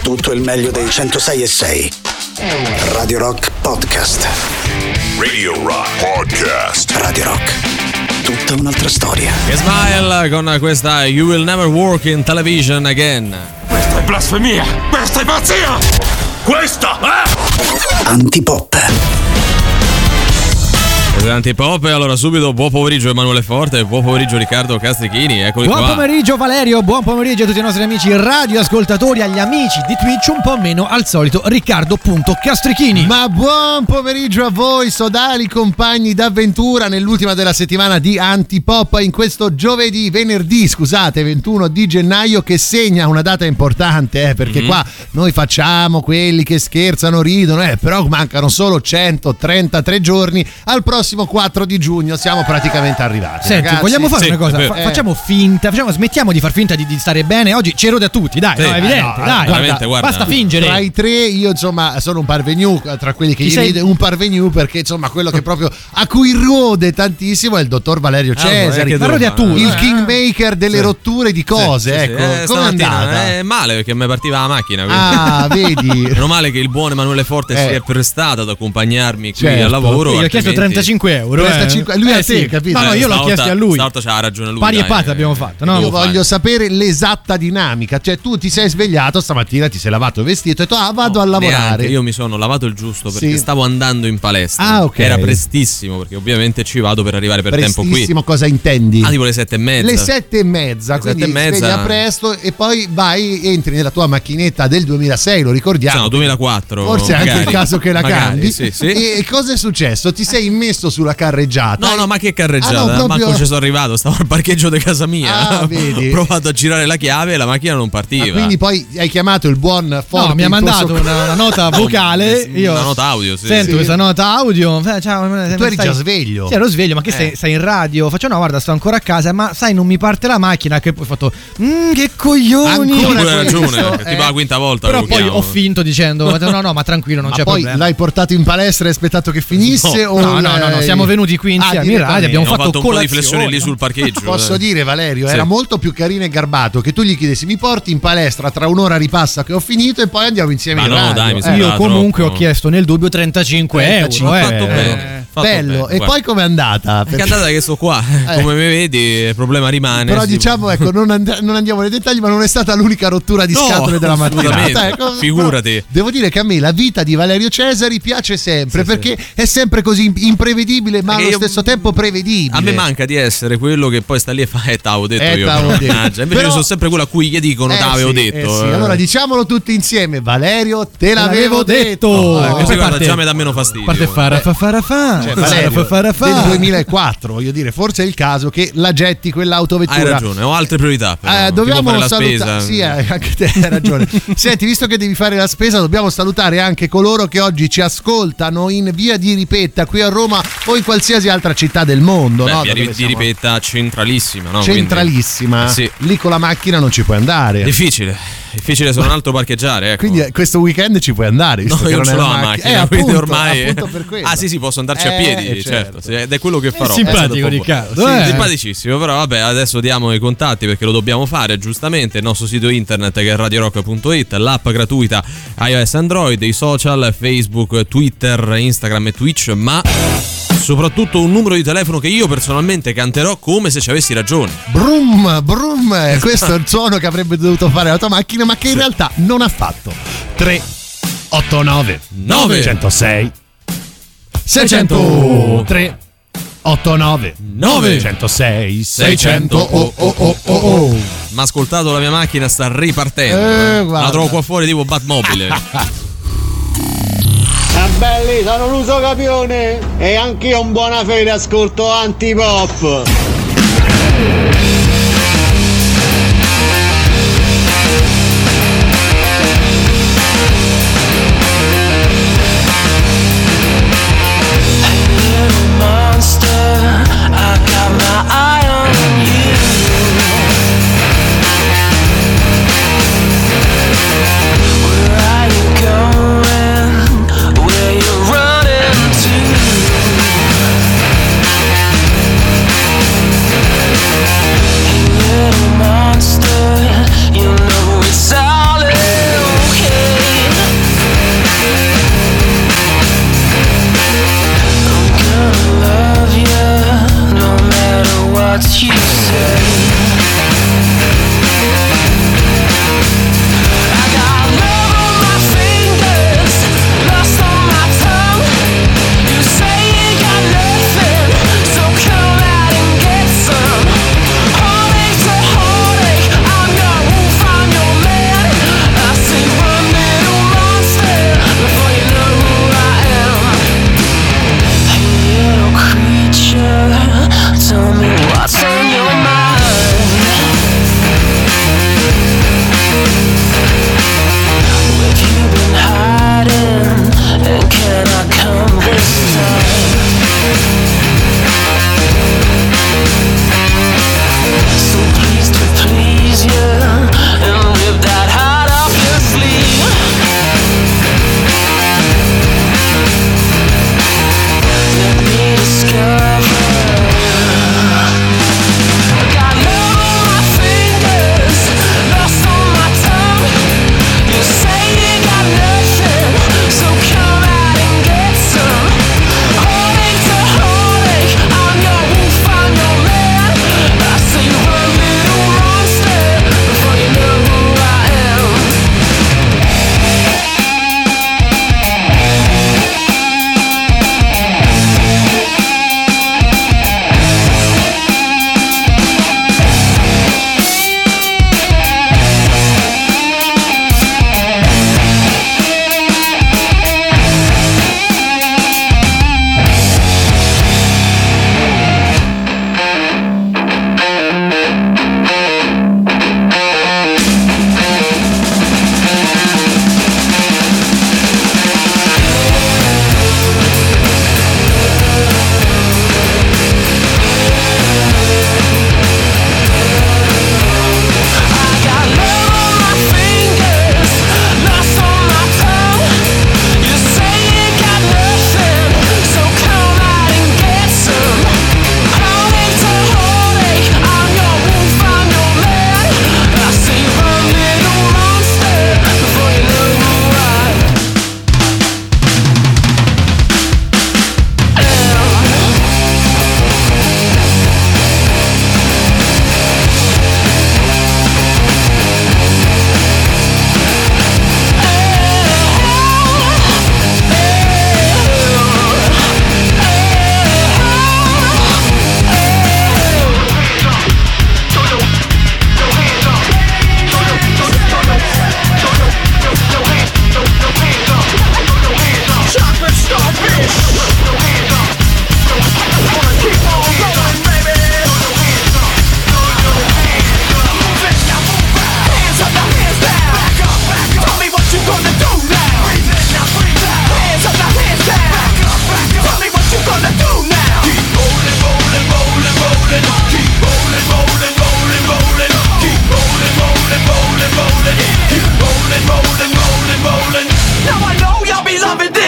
tutto il meglio dei 106.6. Radio Rock Podcast. Radio Rock Podcast. Radio Rock, tutta un'altra storia. Che Smile con questa You Will Never Work in Television Again. Questa è blasfemia! Questa è pazzia! Questa è... Antipop. Antipop, e allora subito buon pomeriggio Emanuele Forte, buon pomeriggio Riccardo Castrichini, eccoli buon qua. Pomeriggio Valerio, buon pomeriggio a tutti i nostri amici radioascoltatori, agli amici di Twitch, un po' meno al solito Riccardo.Castrichini. Ma buon pomeriggio a voi sodali compagni d'avventura nell'ultima della settimana di Antipop, in questo venerdì 21 di gennaio, che segna una data importante, perché qua noi facciamo quelli che scherzano, ridono, però mancano solo 133 giorni al prossimo 4 di giugno, siamo praticamente arrivati. Senti, ragazzi, vogliamo fare una cosa? Facciamo finta, smettiamo di far finta di stare bene. Oggi ci erode a tutti, dai, no, è evidente, dai. Guarda, basta fingere. Tra i tre io insomma sono un parvenu, tra quelli che gli ride un parvenu, perché insomma quello che proprio a cui rode tantissimo è il dottor Valerio Cesari, rode a tutti, il kingmaker delle rotture di cose. Ecco, come è andata? È male perché mi partiva la macchina, vedi. Meno male che il buon Emanuele Forte si è prestato ad accompagnarmi qui al lavoro. Io ho chiesto 35 euro. Lui a te, capito? No, io l'ho chiesto a lui. Stavolta c'ha ragione lui. Pari e patta abbiamo fatto. No? Io voglio sapere l'esatta dinamica. Cioè, tu ti sei svegliato stamattina, ti sei lavato il vestito e tu vado a lavorare. Neanche. Io mi sono lavato il giusto perché stavo andando in palestra. Ok. Era prestissimo, perché ovviamente ci vado per arrivare per tempo qui. Prestissimo, cosa intendi? Tipo le 7:30. Le 7:30, quindi sveglia presto e poi entri nella tua macchinetta del 2006, lo ricordiamo. No, 2004. Forse è anche il caso che la cambi. Sì. E cosa è successo? Ti sei immesso sulla carreggiata? No, ma che carreggiata? proprio... Manco ci sono arrivato, stavo al parcheggio di casa mia. Vedi? Ho provato a girare la chiave e la macchina non partiva. Quindi poi hai chiamato il buon Forte? No, mi ha mandato una nota vocale. Una nota audio, sì. Sento questa nota audio. Ciao, tu eri già sveglio? Sì, ero sveglio, ma che stai in radio? Faccio no, guarda, sto ancora a casa, ma sai, non mi parte la macchina. Che poi ho fatto che coglioni. Ancora hai ragione, tipo la quinta volta. Però poi ho finto dicendo no, ma tranquillo, non c'è problema. Poi l'hai portato in palestra e hai aspettato che finisse? No, siamo venuti qui insieme in radio, abbiamo fatto un po' di flessioni lì sul parcheggio. Posso dire, Valerio, era molto più carino e garbato che tu gli chiedessi: mi porti in palestra, tra un'ora ripassa che ho finito e poi andiamo insieme in radio. Dai, io comunque ho chiesto nel dubbio 35 euro. Fatto bene. Bello. E poi com'è andata? Perché è andata che sto qua, come mi vedi, il problema rimane. Però diciamo, ecco, non andiamo nei dettagli, ma non è stata l'unica rottura di scatole della mattinata. Ecco, figurati. Devo dire che a me la vita di Valerio Cesari piace sempre, perché è sempre così imprevedibile, ma allo stesso tempo prevedibile. A me manca di essere quello che poi sta lì e fa t'avevo detto io. Invece però, io sono sempre quello a cui gli dicono t'avevo detto. Allora diciamolo tutti insieme: Valerio, te l'avevo detto. E poi guarda, già mi dà meno fastidio. Parte fa. Cioè, Valerio, del 2004, voglio dire, forse è il caso che la getti quell'autovettura. Hai ragione, ho altre priorità. Dobbiamo fare la spesa. Sì, anche te hai ragione. Senti, visto che devi fare la spesa, dobbiamo salutare anche coloro che oggi ci ascoltano in via di Ripetta, qui a Roma o in qualsiasi altra città del mondo. Via di Ripetta centralissima, no? Centralissima. Quindi, sì. Lì con la macchina non ci puoi andare. Difficile solo un altro parcheggiare, ecco. Quindi questo weekend ci puoi andare, visto che io non ce l'ho la macchina, quindi appunto, ormai appunto per quello. sì, posso andarci a piedi, certo. Ed è quello che farò. Simpatico Riccardo, simpaticissimo, però vabbè, adesso diamo i contatti perché lo dobbiamo fare, giustamente. Il nostro sito internet che è radiorock.it, l'app gratuita iOS Android, i social Facebook, Twitter, Instagram e Twitch, ma soprattutto un numero di telefono che io personalmente canterò come se ci avessi ragione. Brum, questo è il suono che avrebbe dovuto fare la tua macchina, ma che in realtà non ha fatto. 389 906 600 389 906 600 Ma ascoltato, la mia macchina sta ripartendo. La trovo qua fuori tipo Batmobile. Belli, sono un uso capione e anch'io un buona fede ascolto Antipop.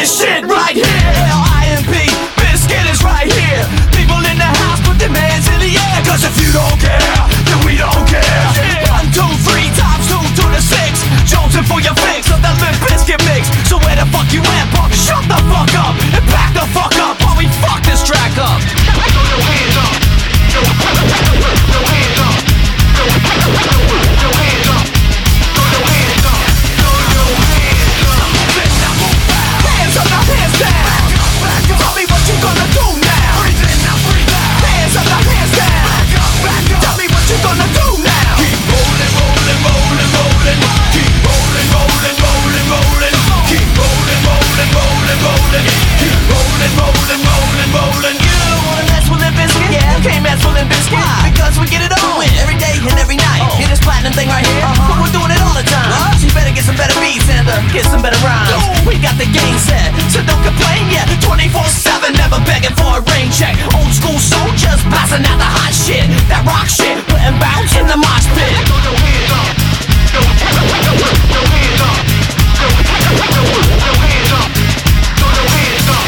this shit right here. L-I-M-P, Biscuit is right here. People in the house, put their hands in the air. Cause if you don't care, then we don't care. 1, 2, 3 times 2 to the 6. Jonesing for your fix of that Limp Bizkit mix. So where the fuck you at, punk? Shut the fuck up and back the fuck up while we fuck this track up. Throw your hands up. Throw your hands up. Throw your hands up. Throw your hands up. Throw your hands up. Now move back. Hands up, now hands down. Tell me what you gonna do now. Breathe in, now breathe out. Hands up, now hands down. Back up. Tell me what you gonna do now. Keep rolling, rolling, rolling, rolling. Keep rolling, rolling, rolling, rolling. Keep rolling, rolling, rolling, rolling. Keep rolling, rolling, rolling, rolling. You wanna mess with Limp Bizkit? Yeah, can't mess with Limp Bizkit. Because we get it on every day and every night. Hear this platinum thing right here? But we're doing it all the time. So you better get some better beats and get some better rhymes. We got the game set, so don't complain yet. 24/7, never begging for a rain check. Old school soldiers blasting out the hot shit. That rock shit, putting bounce in the mosh pit. Throw your hands up. Throw your hands up. Throw your hands up. Throw your hands up. Throw your hands up.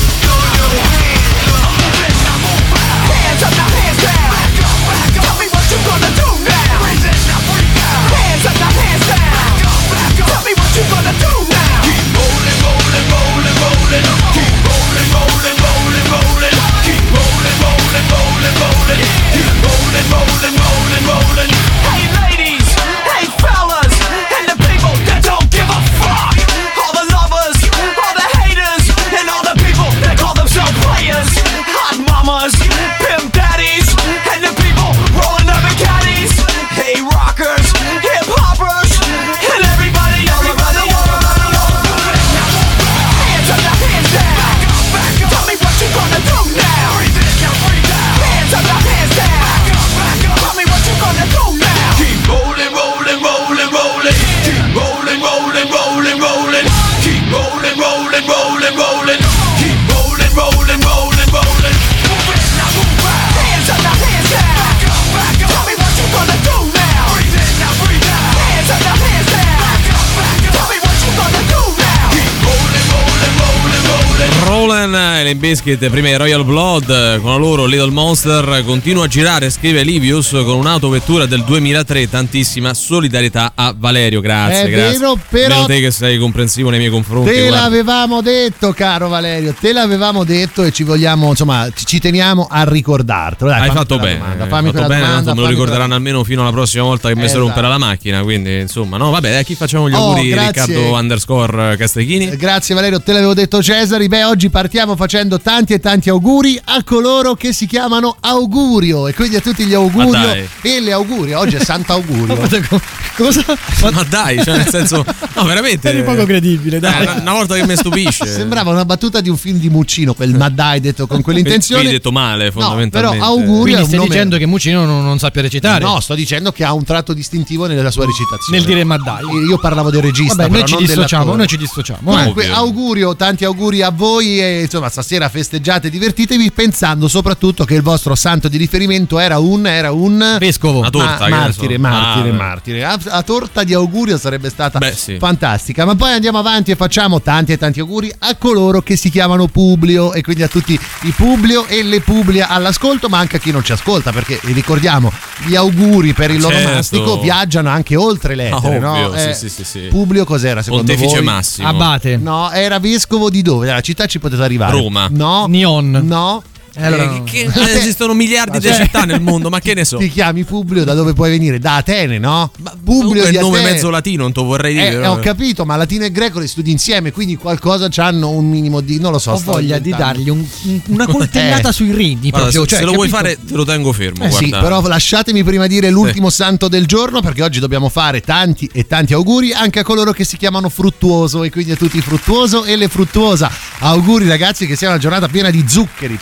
Hands up, now hands down. Tell me what you gonna do now. Hands up, now hands down. Tell me what you gonna do now. Keep rolling, rolling, rolling, rolling. Keep rolling, rolling, rolling, rolling. Keep rolling, rolling, rolling, rolling. Keep rolling, rolling, rolling, rolling. Hey ladies, hey fellas, and the people that don't give a fuck. All the lovers, all the haters, and all the people that call themselves players. Hot mamas, pimp daddies, and the people rolling up in caddies. Hey rockers, hip hoppers, and everybody all around the world. Hands up, now hands down. Tell me what you gonna do now. Hands up, now hands down. Tell me what you gonna do now. Keep rolling, rolling, rolling, rolling. Keep rolling, rolling, rolling, rolling. Keep rolling, rolling, rolling, rolling. Keep rolling, rolling, rolling, rolling. Move it, now move back. Hands up, now hands down. Tell me what you gonna do now. Breathe in, now breathe out. Hands up, now hands down. Tell me what you gonna do now. Keep rolling, rolling, rolling, rolling. Roland e Limp Bizkit, prima i Royal Blood con la loro Little Monster. Continua a girare, scrive Livius, con un'autovettura del 2003. Tantissima solidarietà a Valerio, grazie. È grazie. vero, però Meno te che sei comprensivo nei miei confronti. te guarda. l'avevamo detto, caro Valerio, te l'avevamo detto e ci vogliamo, insomma, ci teniamo a ricordartelo. Dai, Hai fammi fatto quella bene, domanda, hai fammi fatto quella bene, domanda, tanto me lo fammi ricorderanno almeno fino alla prossima volta che mi si Esatto. romperà la macchina, quindi insomma, no, vabbè, a chi facciamo gli Oh, auguri? grazie. Riccardo _Castrichini. Grazie Valerio, te l'avevo detto Cesari. Beh, oggi partiamo facendo tanti e tanti auguri a coloro che si chiamano Augurio, e quindi a tutti gli Augurio Ma dai. e le Augurio. Oggi è Sant'Augurio. Cosa? Ma dai, cioè nel senso, no, veramente Sei poco credibile, dai. una volta che mi stupisce. Sembrava una battuta di un film di Muccino, quel ma dai detto con quell'intenzione. Quindi detto male, No, fondamentalmente. però Augurio Quindi è un stai nome... dicendo che Muccino non sappia recitare? No, sto dicendo che ha un tratto distintivo nella sua recitazione. Nel dire ma dai. Io parlavo del regista. Vabbè, però noi ci non dissociamo, dell'attore. noi ci dissociamo. Comunque, Ovvio. augurio, tanti auguri a voi e insomma stasera festeggiate, divertitevi, pensando soprattutto che il vostro santo di riferimento era un Vescovo. Una torta, che ne so. martire. La torta di augurio sarebbe stata Beh, sì. fantastica. Ma poi andiamo avanti e facciamo tanti e tanti auguri a coloro che si chiamano Publio, e quindi a tutti i Publio e le Publia all'ascolto, ma anche a chi non ci ascolta, perché ricordiamo gli auguri per il loro Certo. mastico viaggiano anche oltre l'etere, no? Ovvio, sì. Publio cos'era secondo Pontefice voi? Massimo. Abate. No, era vescovo di dove? Dalla città ci potete arrivare. Roma. No. Nion. No. Allora, Esistono miliardi di città nel mondo, ma che ne so. Ti chiami Publio, da dove puoi venire? Da Atene, no? Comunque Publio è di il nome Atene. mezzo latino, non te lo vorrei dire. Ho capito, ma latino e greco li studi insieme, quindi qualcosa c'hanno un minimo di, non lo so. ho sto voglia di inventando. dargli una coltellata sui rini. Guarda, Proprio, se cioè, lo vuoi capito? fare, te lo tengo fermo. Sì, guarda. però lasciatemi prima dire l'ultimo santo del giorno, perché oggi dobbiamo fare tanti e tanti auguri anche a coloro che si chiamano Fruttuoso, e quindi a tutti i Fruttuoso e le Fruttuosa. Auguri ragazzi, che sia una giornata piena di zuccheri. Beh, voi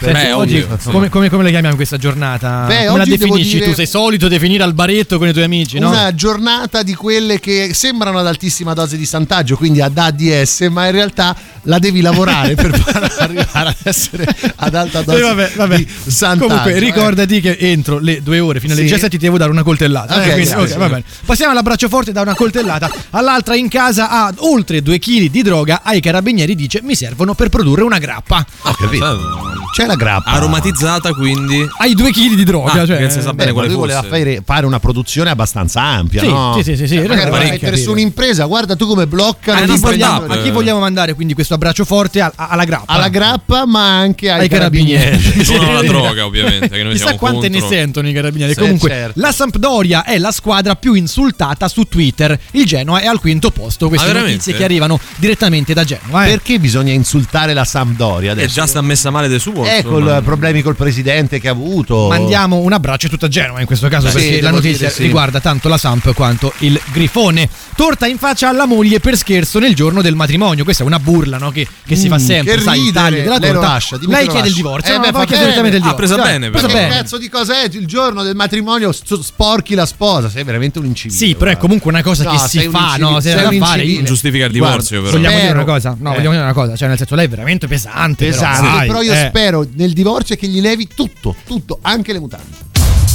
oggi come la chiamiamo questa giornata? Beh, come la oggi devo definisci? dire- Tu sei solito definire al baretto con i tuoi amici, no? Una giornata di quelle che sembrano ad altissima dose di santaggio, quindi ad ADS, ma in realtà la devi lavorare per arrivare ad essere ad alta dose di santaggio. Comunque ricordati che entro le 2 ore fino alle Sì. 17 ti devo dare una coltellata. Ok, Quindi, grazie. va bene. Passiamo all'abbraccio forte da una coltellata all'altra. In casa ha oltre 2 kg di droga, ai carabinieri dice mi servono per produrre una grappa. Ho capito. C'è la grappa aromatizzata, quindi Hai 2 kg di droga, cioè, che si sa bene Beh, quale lui voleva fosse. fare una produzione abbastanza ampia, Sì, no? sì, Magari vuole parecchia, mettere sì. su un'impresa, guarda tu come bloccano una gli startup. A chi vogliamo mandare quindi questo abbraccio forte alla grappa? alla grappa, ma anche ai Ai carabinieri. Non alla droga, ovviamente, che noi Chissà siamo quante contro. ne sentono i carabinieri. Sì, Comunque, certo. la Sampdoria è la squadra più insultata su Twitter. Il Genoa è al 5° posto. Queste veramente? notizie che arrivano direttamente da Genova. Perché bisogna insultare la Sampdoria E adesso? già sta messa male de suo. Con insomma. problemi col presidente che ha avuto. Mandiamo un abbraccio a tutta Genova in questo caso, Sì, perché la devo notizia dire sì. riguarda tanto la Samp quanto il Grifone. Torta in faccia alla moglie per scherzo nel giorno del matrimonio. Questa è una burla, no? che si fa sempre, che sai, il ridere. taglio della Lei lo torta. lascia, dimmi Lei che lo chiede il lascia. divorzio. Beh, No, fa va, chiede bene. direttamente il Ah, divorzio. presa Dai, bene, presa però. Che bene. cazzo di cosa è il giorno del matrimonio? Sporchi la sposa, sei veramente un incivile. Sì, però è guarda. comunque una cosa No, che si sei un fa, incivile, no? Se sei è da un fare. incivile. Giustifica il divorzio, Guarda, però. Vogliamo dire una Spero. cosa? No, vogliamo dire una cosa. Cioè, nel senso, lei è veramente pesante. Pesante, dai, però io spero nel divorzio che gli levi tutto, anche le mutande.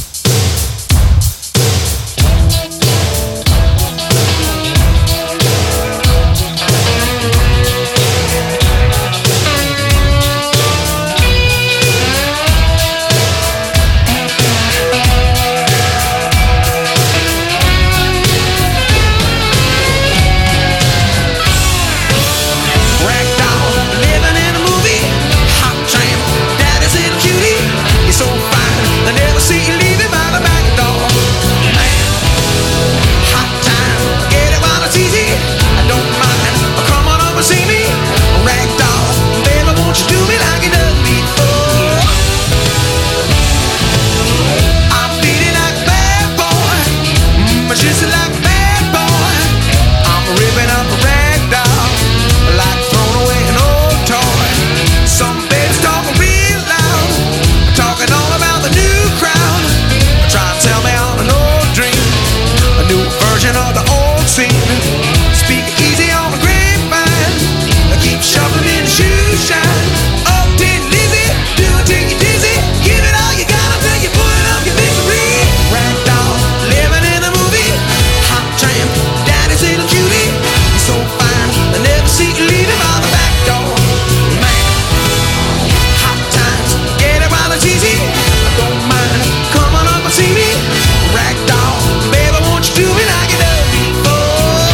Ragdoll, living in a movie. Hot tramp, daddy's a little cutie. He's so fine, I never see you leaving by the back door. Man, hot time, get it while it's easy. I don't mind, come on over see me. Ragdoll, baby, won't you do me like you done before? I'm feeling like a bad boy, just like a bad boy. I'm ripping up a ragdoll, like throwing away an old toy. Some babies talking real loud, talking all about the new crowd. Try to tell me on an old dream, a new version of the old scene. Speak easy on the grapevine, keep shuffling in the shoe shine. Up till Lizzy, do it till you're dizzy. Give it all you got until you put up your victory. Ragdoll, living in a movie. Hot tramp, daddy's little cutie. You're so fine, I never see you leaving by the back door. Man, hot times, get it while it's easy. I don't mind, come on up and see me. Ragdoll, baby, won't you do me like you done before?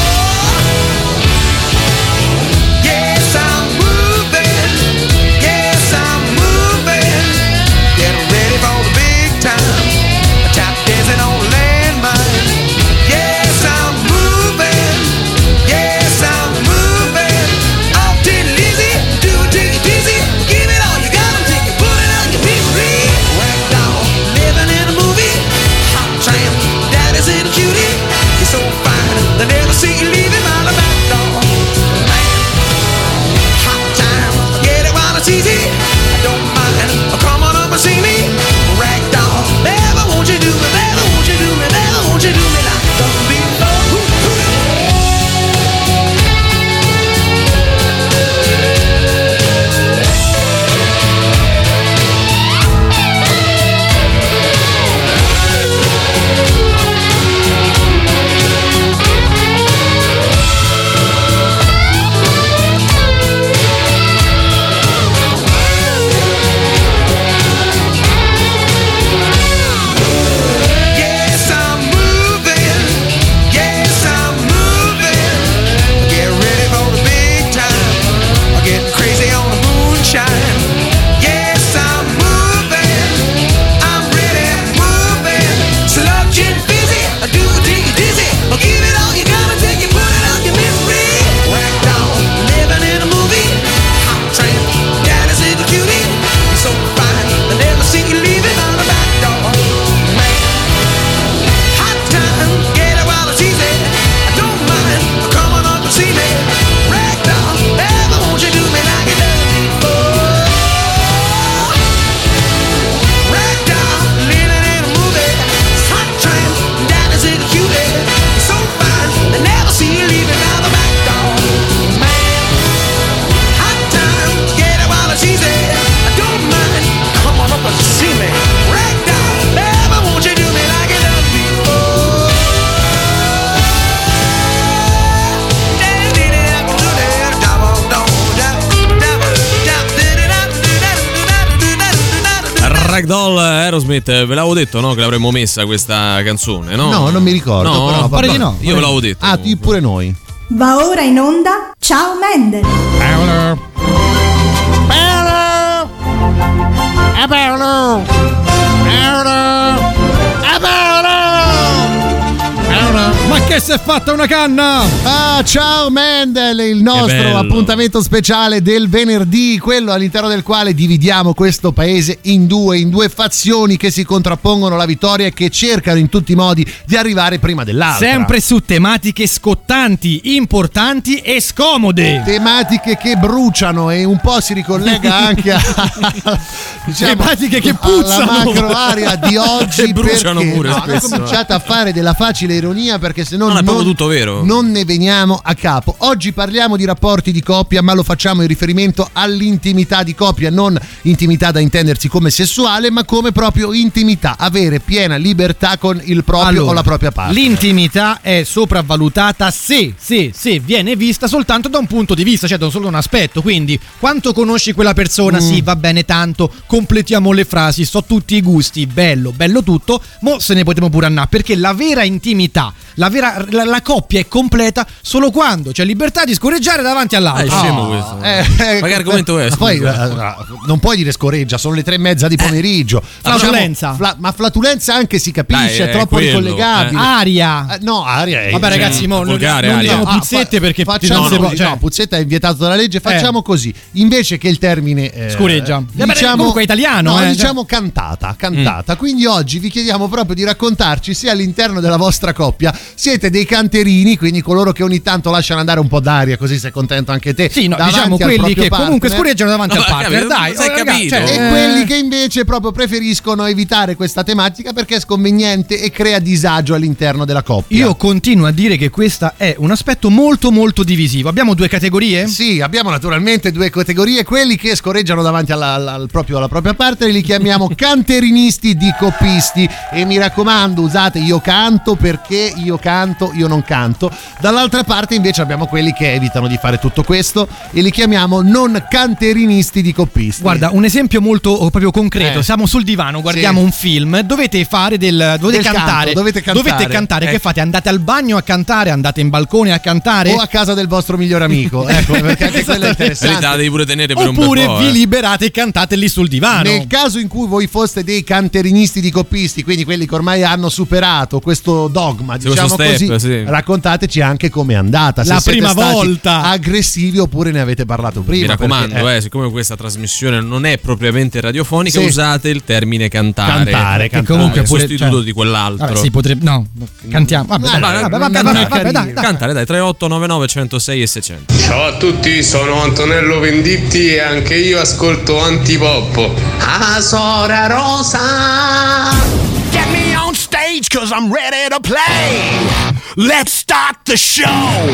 Yes, I'm moving. Yes, I'm moving. Get ready for the big time. Tap dancing on the landmine. Yes, I'm moving. Yes, I'm moving. Up to Lizzy, do it till you're dizzy. Give it all you got until you put it on your misery. Ragdoll, living in a movie. Hot tramp, daddy's in a cutie. You're so fine, they never see you leaving by the back door. Man, hot time, get it while it's easy. I don't mind, come on up and see me. Ragdoll, baby, won't you do me, baby, won't you do me, baby, won't you do me like you done before? Ragdoll Aerosmith, ve l'avevo detto, no? Che l'avremmo messa questa canzone, no? No, non mi ricordo. No, però, pare di no. Io ve l'avevo detto. Ah, pure noi. Va ora in onda Ciao Mendel. Ma che si è fatta una canna? Ah, ciao Mendel, il nostro appuntamento speciale del venerdì, quello all'interno del quale dividiamo questo paese in due fazioni che si contrappongono alla vittoria e che cercano in tutti i modi di arrivare prima dell'altra. Sempre su tematiche scottanti, importanti e scomode. Tematiche che bruciano e un po' si ricollega anche a tematiche che puzzano. alla macro area di oggi, che bruciano perché pure abbiamo spesso. cominciato a fare della facile ironia, perché se no Non è proprio tutto vero. non ne veniamo a capo. Oggi parliamo di rapporti di coppia, ma lo facciamo in riferimento all'intimità di coppia, non intimità da intendersi come sessuale, ma come proprio intimità, avere piena libertà con il proprio o la propria parte. L'intimità è sopravvalutata se viene vista soltanto da un punto di vista, cioè da solo un aspetto. Quindi, quanto conosci quella persona? Sì, va bene tanto, completiamo le frasi, so tutti i gusti, bello tutto, mo se ne potremo pure andare, perché la vera intimità, la coppia è completa solo quando c'è libertà di scorreggiare davanti all'altro. Scemo questo. Ma che argomento è? Poi non puoi dire scorreggia, sono le 3:30 di pomeriggio. Flatulenza. Ma flatulenza anche si capisce, Dai, è troppo quello, ricollegabile. Aria. No, aria è. Vabbè ragazzi, non volgare, non aria. diciamo puzzette perché facciamo non si può, cioè, no, puzzetta è vietato dalla legge, facciamo così. Invece che il termine scureggia. Diciamo, comunque è italiano, no, diciamo cantata. Quindi oggi vi chiediamo proprio di raccontarci se all'interno della vostra coppia siete dei canterini, quindi coloro che ogni tanto lasciano andare un po' d'aria, così sei contento anche te. Sì, no, davanti diciamo al quelli proprio che partner. comunque scorreggiano davanti al partner, dai. Sai capito? E quelli che invece proprio preferiscono evitare questa tematica perché è sconveniente e crea disagio all'interno della coppia. Io continuo a dire che questo è un aspetto molto molto divisivo. Abbiamo due categorie? Sì, abbiamo naturalmente due categorie, quelli che scorreggiano davanti alla propria parte, li chiamiamo canterinisti di coppisti, e mi raccomando usate io canto perché io canto, io non canto. Dall'altra parte invece abbiamo quelli che evitano di fare tutto questo e li chiamiamo non canterinisti di coppisti. Guarda, un esempio molto proprio concreto. Siamo sul divano, guardiamo un film, dovete fare dovete cantare. Dovete cantare. Che fate? Andate al bagno a cantare, andate in balcone a cantare o a casa del vostro migliore amico, ecco, perché anche quello è interessante. La devi pure tenere per oppure un bel po', vi liberate e cantate lì sul divano. Nel caso in cui voi foste dei canterinisti di coppisti, quindi quelli che ormai hanno superato questo dogma, diciamo così, raccontateci anche com'è andata, la se prima siete stati volta aggressivi oppure ne avete parlato prima. Mi raccomando, perché, siccome questa trasmissione non è propriamente radiofonica, usate il termine cantare. Che comunque come pure, sostituto di quell'altro. Vabbè, sì, potrebbe, no, cantiamo. Vabbè, dai. Cantare, dai, 3899 106 e 600. Ciao a tutti, sono Antonello Venditti e anche io ascolto Antipop. Ah, Sora Rosa! Get me on stage cause I'm ready to play. Let's start the show.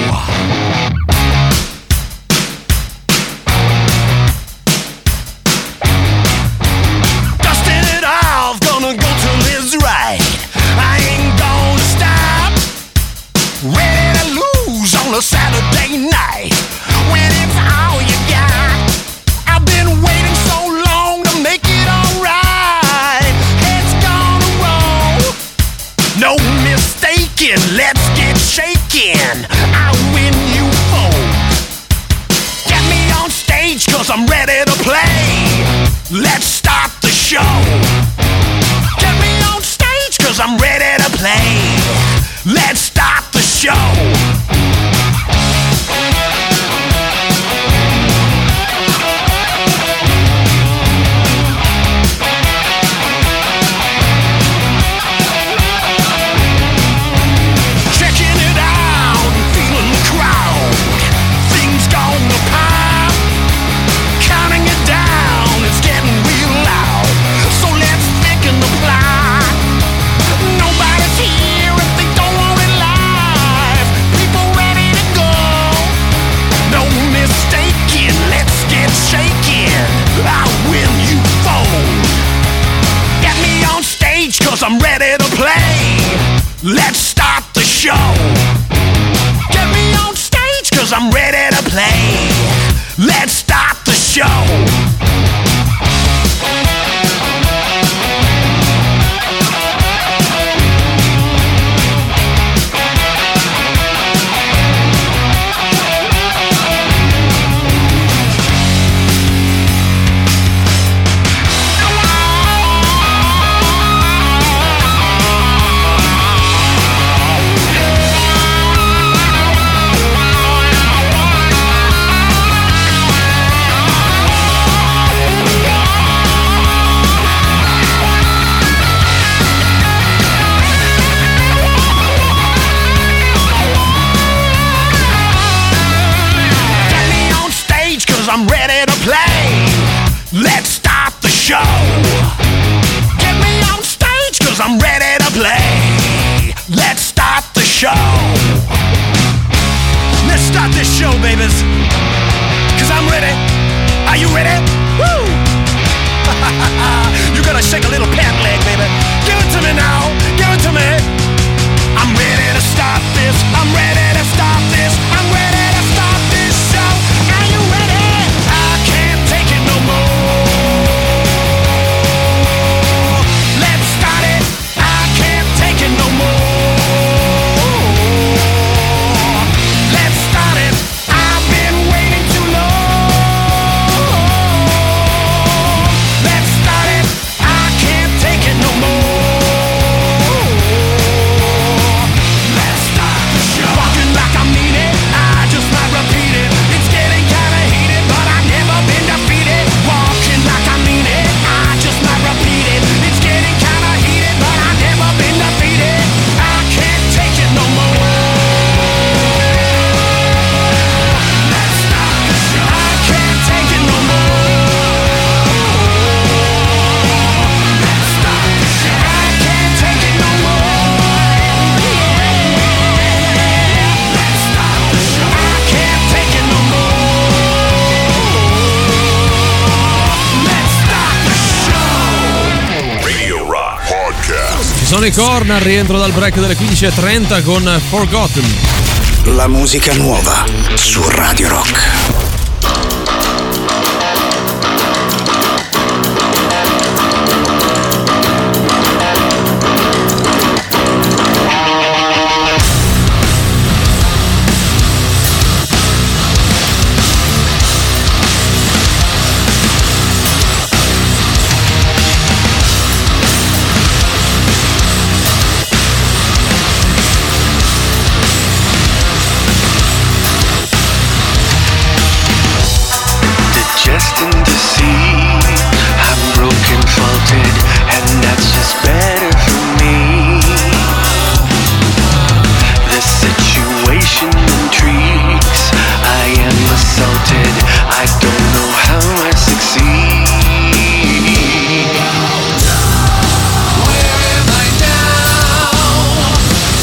Dusting it off, gonna go till it's right. I ain't gonna stop. Ready to lose on a Saturday night. When it's all you got. I've been waiting so long to make it alright. It's gonna roll. No mistaking, let's get shaking. I win, you fold. Get me on stage cause I'm ready to play. Let's start the show. Get me on stage cause I'm ready to play. Let's start the show. Cause I'm ready to play. Let's start the show. Get me on stage cause I'm ready to play. Let's start the show. 'cause I'm ready to play. Let's start the show. Get me on stage 'cause I'm ready to play. Let's start the show. Let's start this show, babies, 'cause I'm ready. Are you ready? Woo! You gotta shake a little pant leg, baby. Give it to me now, give it to me. I'm ready to start this, I'm ready to start this, I'm ready to start this show. Are you ready? I can't take it no more. Let's start it, I can't take it no more. Let's start it, I've been waiting too long. Let's start it, I can't take it no more. Let's start the show. Walking like I mean it, I just might repeat it. It's getting kinda heated, but I've never been defeated. Walking like I mean it, I just might repeat it. It's getting kinda heated, but I've never been defeated. I can't take it no more. Let's start the show. I can't take it no more. Let's start the show. I can't take it no more. Let's start the show. I can't take it no more. Let's start the show. Radio Rock Podcast. Ci sono i Korn al rientro dal break delle 15:30 con Forgotten. La musica nuova su Radio Rock. Destined to see I'm broken, faulted, and that's just better for me. The situation intrigues. I am assaulted. I don't know how I succeed. Where am I now?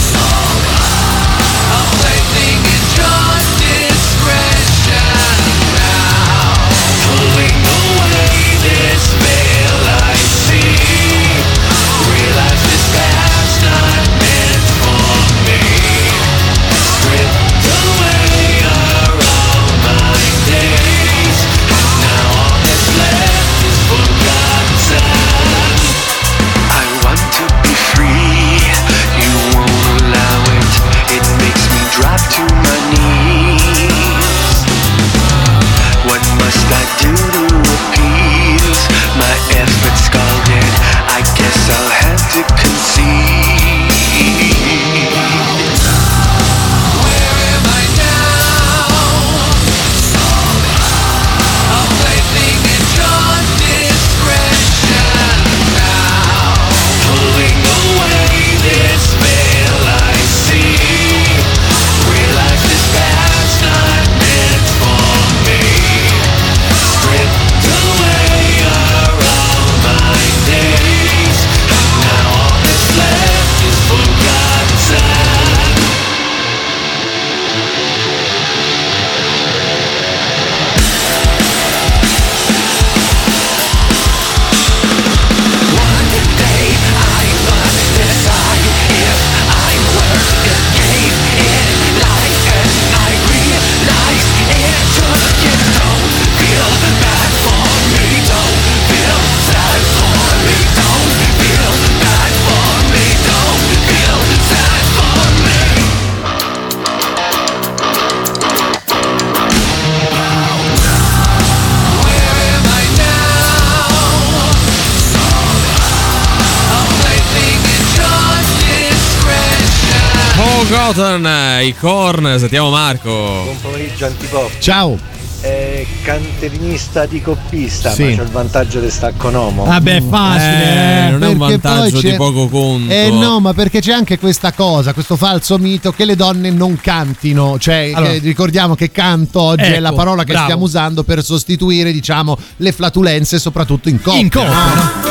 A plaything in your discretion now. Pulling away this veil I see. Realize this path's not meant for me. Stripped away are all my days. Now all that's left is forgotten. I want to be free. You won't allow it. It makes me drop to my knees. What must I do to appease my efforts scalded? I guess I'll have to concede. Where am I now? A plaything in your discretion now. Pulling away this veil I see. Realize this path's not meant for me. Stripped away are all my days. Now all that's left is forgotten. One day I must decide if I'm worth the game in life, and I realize it took it. Don't feel bad for me, don't feel sad for me, don't feel bad for me, don't feel sad for me. Where am I now? A plaything in your discretion. Forgotten, i Korn. Sentiamo Marco. Buon pomeriggio Antipop. Ciao. è canterinista di coppista, Sì. ma c'è il vantaggio di stacco nomo. Vabbè, è facile. Non è un Perché vantaggio poi di c'è- poco conto. No, ma perché c'è anche questa cosa, questo falso mito che le donne non cantino, cioè Allora. ricordiamo che canto oggi è la Ecco, parola che bravo. stiamo usando per sostituire, diciamo, le flatulenze, soprattutto in coppia. In coppia, no?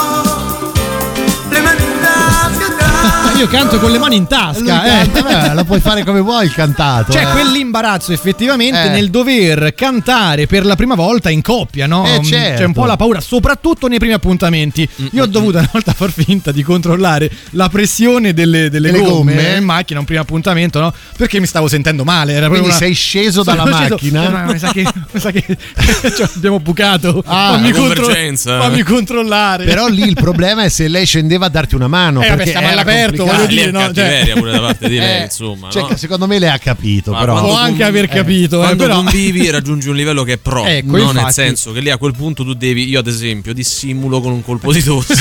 Io canto con le mani in Lui tasca. canta, beh, lo puoi fare come vuoi il cantato. C'è quell'imbarazzo effettivamente Eh. nel dover cantare per la prima volta in coppia, no? Certo. C'è un po' la paura, soprattutto nei primi appuntamenti. Io ho dovuto una volta far finta di controllare la pressione delle gomme in macchina, un primo appuntamento, no? Perché mi stavo sentendo male. Era Quindi proprio sei sceso Sono dalla sceso- macchina? mi sa che cioè, abbiamo bucato. la convergenza. Fammi controllare. Però lì il problema è se lei scendeva a darti una mano. vabbè, perché stava era all'aperto, complicato. voglio Lì dire, è no? cattiveria pure da parte di lei, insomma. Cioè, no? secondo me lei ha capito, Ma però. quando Può anche aver capito, quando però. convivi raggiungi un livello che è pro, Ecco, no? Nel infatti. senso che lì a quel punto tu devi, io ad esempio dissimulo con un colpo di tosse.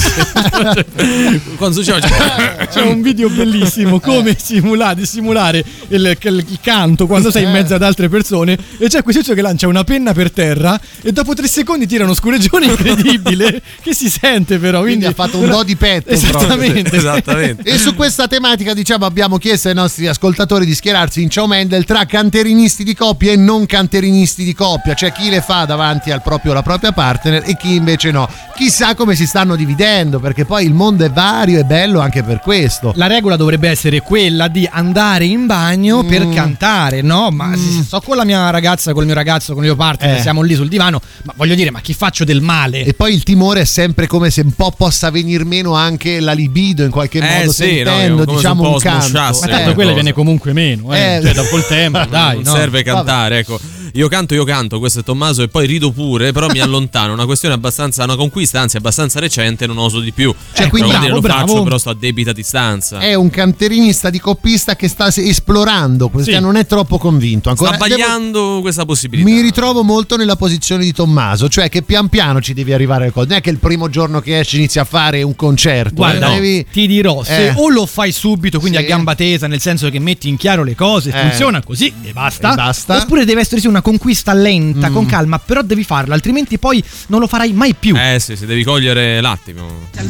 Quando succede C'è un video bellissimo come dissimulare il canto quando sei in mezzo ad altre persone, e c'è questo tizio che lancia una penna per terra e dopo 3 secondi tira uno scureggione incredibile che si sente, però Quindi ha fatto un do di petto. esattamente. esattamente. E su questa tematica, diciamo, abbiamo chiesto ai nostri ascoltatori di schierarsi in Ciao Mendel tra canterinisti di coppia e non canterinisti di coppia, cioè chi le fa davanti al proprio la propria partner e chi invece no. Chissà come si stanno dividendo, perché poi il mondo è vario e bello anche per questo. La regola dovrebbe essere quella di andare in bagno per cantare, no? Ma se sto con la mia ragazza, col mio ragazzo, con il mio partner, siamo lì sul divano, ma voglio dire, ma chi faccio del male? E poi il timore è sempre come se un po' possa venir meno anche la libido in qualche modo, sì, no, sentendo, come se diciamo, un po' un canto. smosciasse. Ma tanto una quella cosa. viene comunque meno, cioè dopo il tempo, dai, non no? serve cantare, ecco. Io canto, questo è Tommaso, e poi rido pure, però mi allontano. Una questione abbastanza, una conquista, anzi abbastanza recente, non oso di più. Cioè, quindi Però lo bravo. faccio, però sto a debita distanza. È un canterinista di coppista che sta esplorando, Sì. non è troppo convinto. Ancora Sta vagliando questa possibilità. Mi ritrovo molto nella posizione di Tommaso, cioè che pian piano ci devi arrivare alle cose. Non è che il primo giorno che esci inizi a fare un concerto. Guarda, devi... ti dirò, se o lo fai subito, quindi Sì. a gamba tesa, nel senso che metti in chiaro le cose, funziona così e basta. E basta. Oppure deve essere sì una conquista lenta, con calma, però devi farla, altrimenti poi non lo farai mai più. Sì, devi cogliere l'attimo.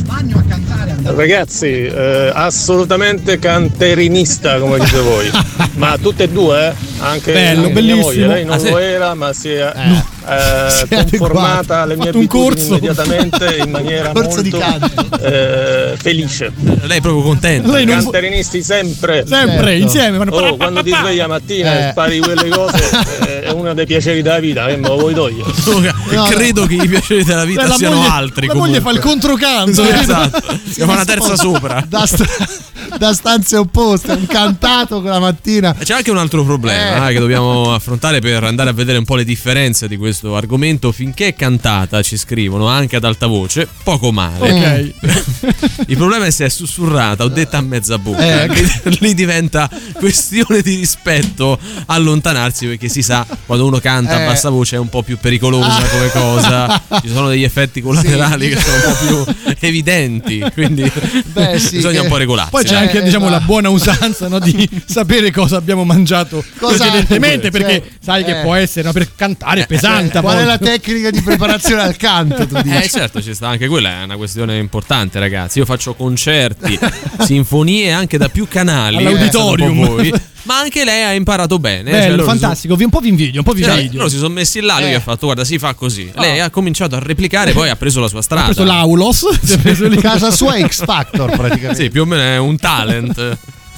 Ragazzi, assolutamente canterinista come dite voi, ma tutte e due, anche Bello, anche bellissimo. mia moglie, lei non Ah, sì? lo era, ma si è Si è conformata alle mie Fatto un abitudini corso. immediatamente in maniera Corso di molto felice. Lei è proprio contenta. Lei non Canterinisti sempre. sempre Certo. insieme fanno Oh, quando ti svegli la mattina e spari quelle cose è uno dei piaceri della vita, che me lo vuoi togliere? Credo che i piaceri della vita la siano moglie, altri. la moglie fa il controcanto. Esatto. Siamo una terza sopra. Da stanze opposte, un cantato quella mattina. C'è anche un altro problema che dobbiamo affrontare per andare a vedere un po' le differenze di questo argomento. Finché è cantata, ci scrivono anche ad alta voce, poco male. Ok. Il problema è se è sussurrata o detta a mezza bocca, che lì diventa questione di rispetto allontanarsi, perché si sa, quando uno canta a bassa voce è un po' più pericolosa come cosa, ci sono degli effetti collaterali che sono un po' più evidenti, quindi bisogna un po' regolarsi. Poi c'è anche diciamo la buona usanza, no, di sapere cosa abbiamo mangiato precedentemente, perché sai che può essere, no, per cantare è pesante. a Qual è volte. la tecnica di preparazione al canto? Tu dici? Certo, ci sta anche quella, è una questione importante, ragazzi. Io faccio concerti, sinfonie anche da più canali, All'auditorium. un po' voi, ma anche lei ha imparato bene. Bello, loro fantastico, un po' vi invidio, loro si sono messi là, lui ha fatto guarda, si fa così. Lei ha cominciato a replicare, poi ha preso la sua strada. Ha preso l'Aulos, si è preso lì. Casa sua è X Factor praticamente. Sì, più o meno è un talent.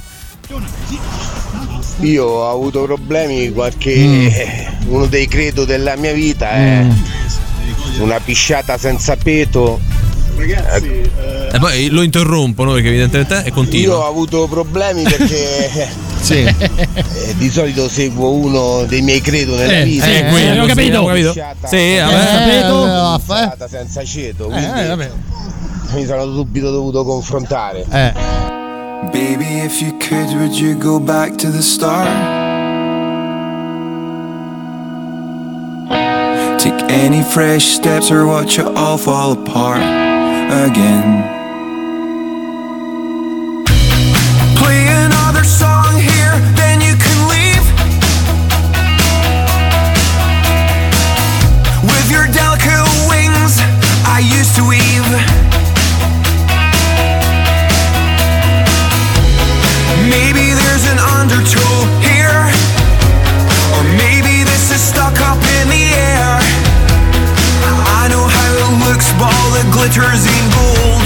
Io ho avuto problemi uno dei credo della mia vita è una pisciata senza peto. Ragazzi, E poi lo interrompono perché evidentemente è Io continuo. ho avuto problemi perché di solito seguo uno dei miei credo nella vita. Ho capito. Sì, vabbè. Pisciata senza ceto, quindi mi sono subito dovuto confrontare. Baby, if you could, would you go back to the start? Take any fresh steps or watch it all fall apart again. Play another song here, then you can leave. glitters in gold.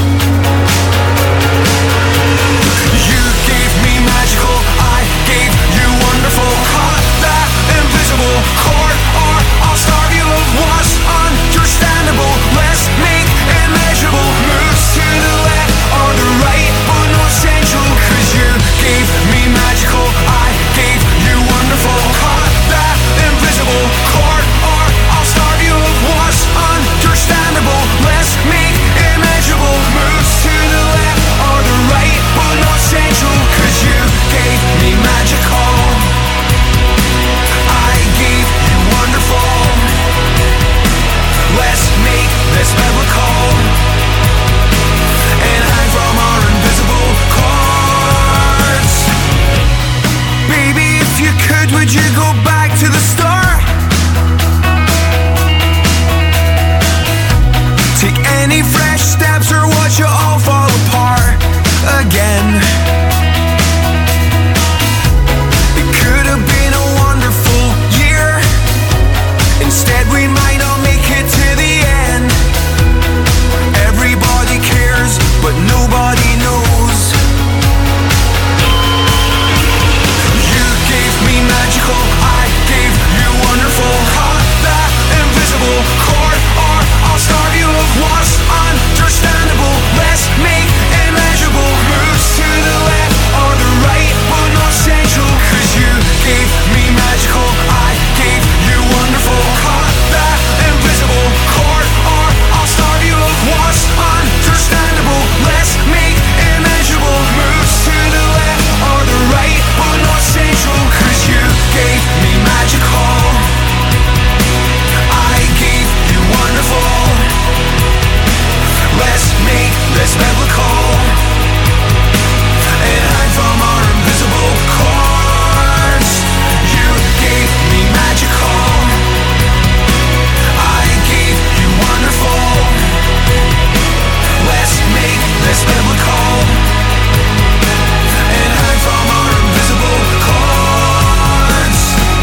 You gave me magical, I gave you wonderful. Caught that invisible chord, or I'll starve you of what's understandable. Let's make immeasurable moves to the left or the right, but no essential. Cause you gave me magical, I gave you wonderful. Caught that invisible chord, or I'll starve you of what's understandable. Let's make immeasurable moves to the left or the right, but no essential. Cause you gave me magical, I gave you wonderful. Let's make this biblical and hang from our invisible cords. Baby, if you could, would you go back to the start? Take any fresh steps or watch it all fall apart again. It could have been a wonderful year. Instead we might not make it to the end. Everybody cares, but nobody knows. You gave me magical, I gave you wonderful. Caught that invisible chord, or I'll starve you of what's understandable. Let's make immeasurable moves to the left or the right, but no essential. Cause you gave me magical, I gave you wonderful. Caught that invisible chord, or I'll starve you of what's understandable. Let's make immeasurable moves to the left or the right, but no essential. Cause you gave me magical, I gave you wonderful. Let's make this biblical and hide from our invisible cords. You gave me magical, I gave you wonderful. Let's make this biblical and hide from our invisible cords.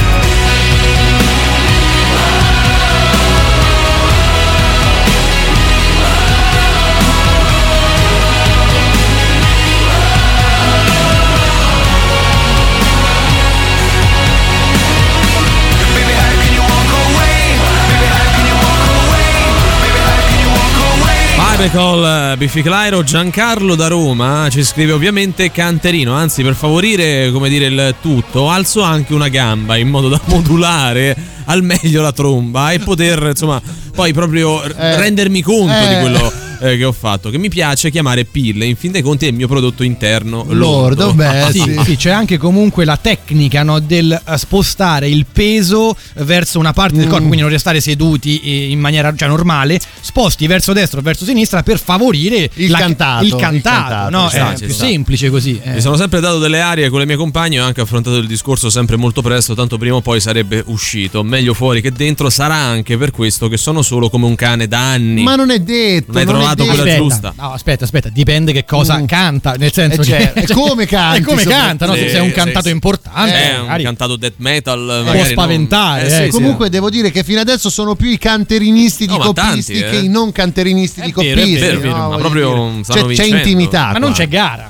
Baby, how can you walk away? Baby, how can you walk away? Baby, how can you walk away? Bicycle, Biffy Clyro. Giancarlo da Roma ci scrive ovviamente canterino, anzi per favorire, come dire, il tutto alzo anche una gamba in modo da modulare al meglio la tromba e poter insomma poi proprio rendermi conto di quello che ho fatto, che mi piace chiamare PIL, in fin dei conti è il mio prodotto interno lordo. Beh, sì, c'è anche comunque la tecnica, no, del spostare il peso verso una parte del corpo, quindi non restare seduti in maniera normale, sposti verso destra o verso sinistra per favorire il cantato, no? È più semplice così. Mi sono sempre dato delle arie con le mie compagne, ho anche affrontato il discorso sempre molto presto, tanto prima o poi sarebbe uscito, meglio fuori che dentro. Sarà anche per questo che sono solo come un cane da anni. Ma non è detto, non hai trovato quella giusta. No, aspetta, dipende che cosa canta, nel senso che è come canta. È come canta, no? Se sei un cantato importante, è un cantato death metal, può spaventare. Comunque devo dire che fino adesso sono più i canterinisti di coppisti che i non canterinisti di coppisti. È vero, ma proprio c'è intimità. Ma non c'è gara.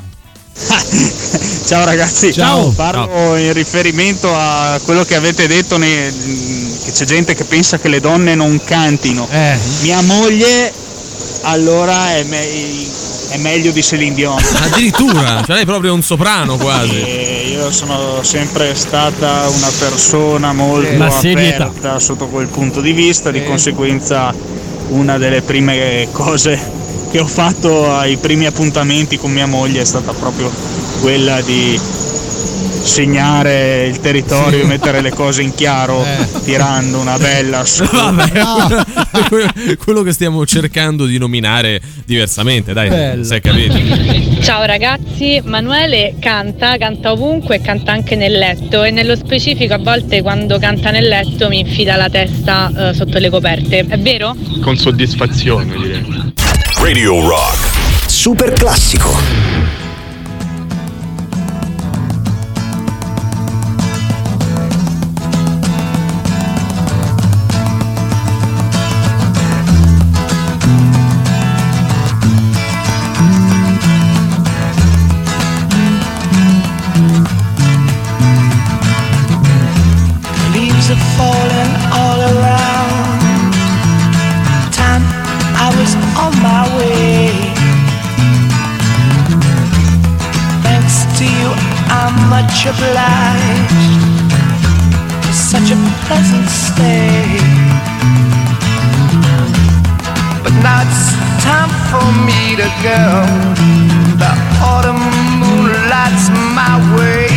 Ciao ragazzi, ciao. Parlo in riferimento a quello che avete detto che c'è gente che pensa che le donne non cantino. Mia moglie allora è meglio di Celine Dion. Addirittura, cioè lei è proprio un soprano quasi. Io sono sempre stata una persona molto aperta sotto quel punto di vista, di conseguenza una delle prime cose che ho fatto ai primi appuntamenti con mia moglie è stata proprio quella di segnare il territorio e mettere le cose in chiaro tirando una bella quello che stiamo cercando di nominare diversamente, dai, se capito. Ciao ragazzi, Manuele canta ovunque e canta anche nel letto, e nello specifico a volte quando canta nel letto mi infila la testa sotto le coperte, è vero? Con soddisfazione direi. Radio Rock Super classico. falling all around. Time I was on my way. Thanks to you, I'm much obliged for such a pleasant stay. But now it's time for me to go. The autumn moonlight's my way.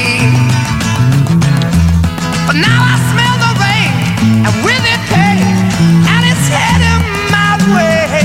But now I smell the rain, and with it pain, and it's heading my way.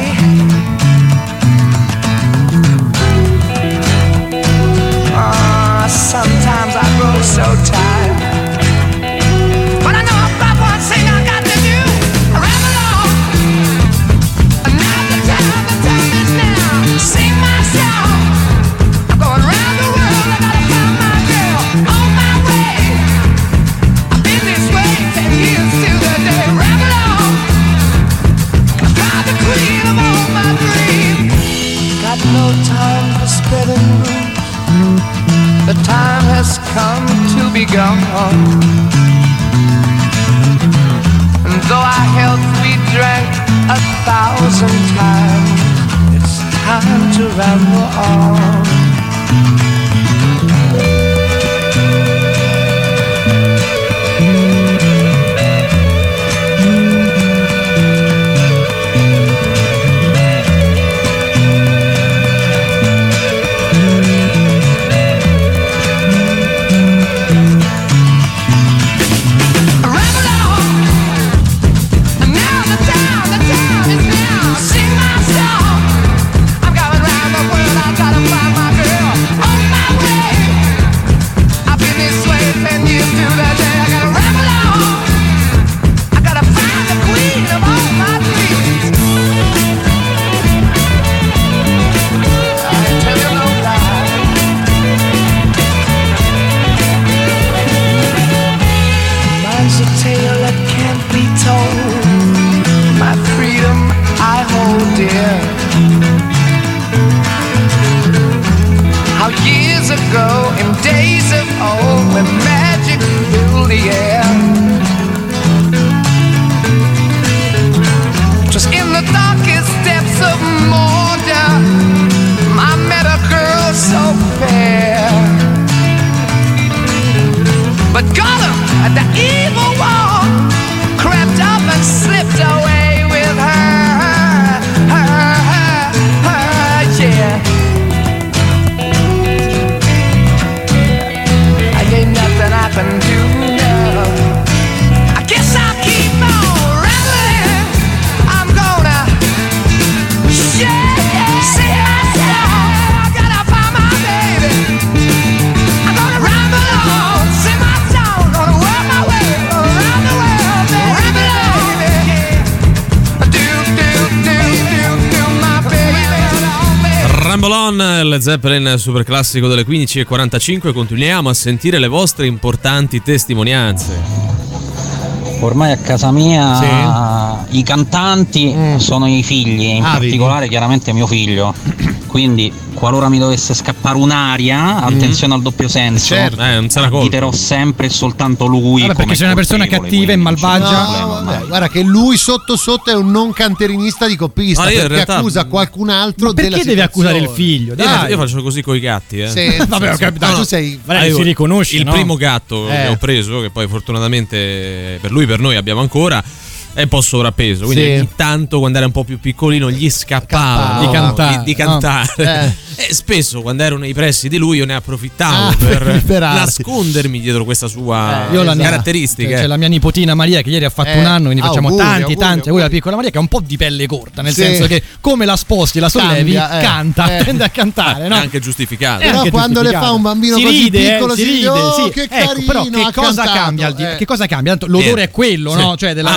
Sometimes I grow so tired, but I know about one thing I got to do. Ramble on, and now the time is now. Sing my song, I'm going round the world. I gotta find my girl on my way. I've been this way 10 years to the day. Ramble on, I'll drive the queen of all my dreams. Got no time for spreading rumors. The time has come to be gone. And though our health we drank 1,000 times, it's time to ramble on. Ago, in days of old, when magic filled the air, just in the darkest depths of Mordor, I met a girl so fair. But Gollum, the evil one, crept up and slipped away with her, yeah. I can do now. I guess I'll keep on rambling. I'm gonna say I gotta find my baby. I'm gonna ramble on, sing my song, gonna work my way around the world, baby. Ramble on, do my baby. Ramble on, Led Zeppelin, super classico delle 15:45. Continuiamo a sentire le vostre importanti testimonianze. Ormai a casa mia i cantanti sono i figli, in particolare chiaramente mio figlio. Quindi qualora mi dovesse scappare un'aria, attenzione al doppio senso, certo. Non sarà colpa. Inviterò sempre e soltanto lui. Vabbè, perché sei una persona cattiva e malvagia. No, guarda che lui sotto sotto è un non canterinista di coppista, perché realtà accusa qualcun altro della perché deve accusare il figlio? Io faccio così coi gatti. Sì, vabbè, ho capito. Tu sei si riconosce, il no? primo gatto che ho preso, che poi fortunatamente per lui, per noi abbiamo ancora, è un po' sovrappeso, quindi ogni tanto quando era un po' più piccolino gli scappava di cantare. E spesso quando ero nei pressi di lui io ne approfittavo per nascondermi dietro questa sua caratteristica. C'è la mia nipotina Maria che ieri ha fatto un anno, quindi facciamo tanti auguri alla piccola Maria, che è un po' di pelle corta, nel senso che come la sposti, la sollevi, canta, tende a cantare, no? È anche giustificato. Però quando le fa un bambino così piccolo si ride, che carino, però che cosa cambia? Che cosa cambia? L'odore è quello, no? Cioè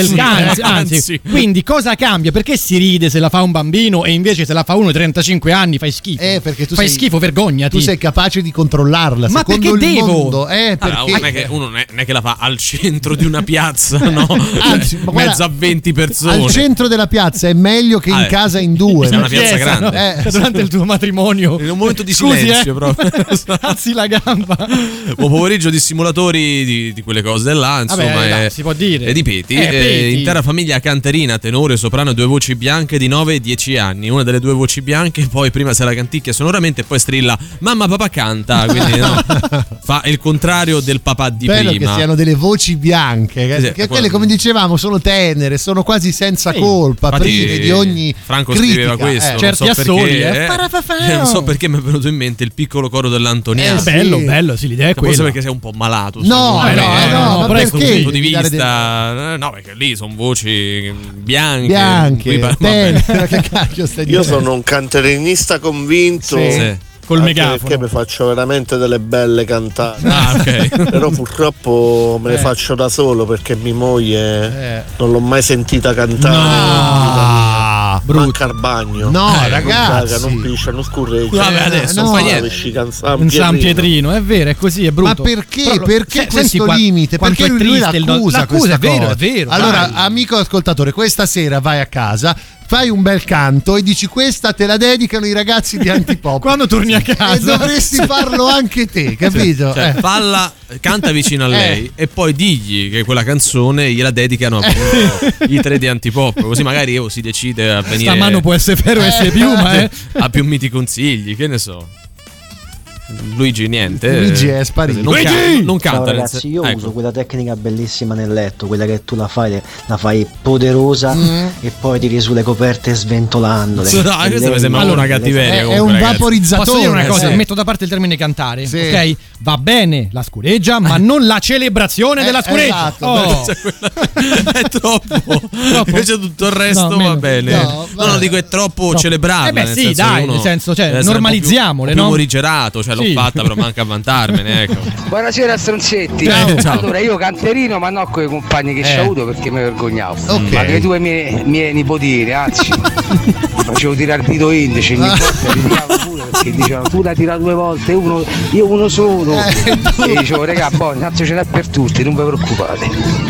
anzi. Quindi cosa cambia? Perché si ride se la fa un bambino e invece se la fa uno di 35 anni fai schifo? Perché tu fai schifo, vergognati. Tu sei capace di controllarla. Ma secondo perché il devo? Mondo, perché uno non è che la fa al centro di una piazza, no? Anzi, mezzo a 20 persone. Al centro della piazza è meglio che in casa in due. È una piazza grande. No? Durante il tuo matrimonio, in un momento di silenzio, proprio. Alzi la gamba. Buon pomeriggio di simulatori di quelle cose là, insomma. Vabbè, si può dire. E di Peti. Peti. Intera famiglia canterina, tenore, soprano e 2 voci bianche di 9 e 10 anni. Una delle 2 voci bianche, poi prima se la canticchia sonoramente e poi strilla mamma papà canta. Quindi fa il contrario del papà di bello prima. Che siano delle voci bianche, che quelle, come dicevamo, sono tenere, sono quasi senza colpa, prive di ogni Franco critica. Scriveva questo. Certi assoli, non so perché mi è venuto in mente il piccolo coro dell'Antoniano. Bello, sì, l'idea è quella. Forse perché sei un po' malato. No, ma da questo perché? punto di vista, no, perché lì sono voci bianche. Che cacchio stai dicendo? Io sono un canterinista convinto. Sì. Col megafono. Perché mi faccio veramente delle belle cantate. Ok. Però purtroppo me le faccio da solo perché mia moglie non l'ho mai sentita cantare. Manca il bagno. No, ragazzi. Non piscia, non scorreggia. Vabbè, adesso non fa niente. Un San Pietrino, è vero, è così, è brutto. Ma perché? Perché questo senti limite? Perché lui l'accusa è vero. Allora, amico ascoltatore, questa sera vai a casa, fai un bel canto e dici questa te la dedicano i ragazzi di Antipop. Quando torni a casa. E dovresti farlo anche te, capito? Cioè, falla, canta vicino a lei e poi digli che quella canzone gliela dedicano appunto i 3 di Antipop, così magari si decide a venire. Sta mano può essere vero, essere piuma, ha più miti consigli, che ne so. Luigi niente. Luigi è sparito. Non canta. Ciao ragazzi, io uso quella tecnica bellissima nel letto, quella che tu la fai poderosa e poi tiri sulle coperte sventolandole. Questa mi sembra una cattiveria. È un vaporizzatore. Posso dire una cosa? Metto da parte il termine cantare, ok? Va bene la scureggia, ma non la celebrazione della scureggia. Esatto. È troppo. Invece tutto il resto va bene. No, dico è troppo celebrarla. Beh, sì, dai, nel senso, cioè, normalizziamole, più no? morigerato, cioè l'ho fatta, però manca a vantarmene, ecco. Buonasera stronzetti. Ciao. Allora, io canterino, ma non con i compagni che ci ho avuto perché mi vergognavo. Ma che i 2 miei nipotini, anzi, facevo tirare il dito indice ogni volta, litigavo pure perché dicevano tu l'hai tirato 2 volte, io uno solo. E dicevo regà, tanto ce n'è per tutti, non vi preoccupate.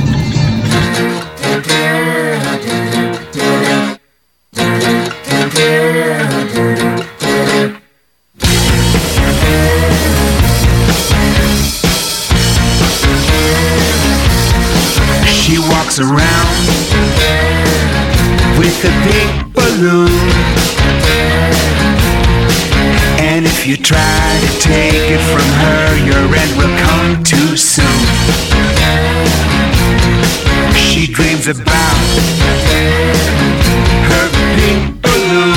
She walks around with a big balloon, and if you try to take it from her, your end will come too soon. She dreams about her big balloon,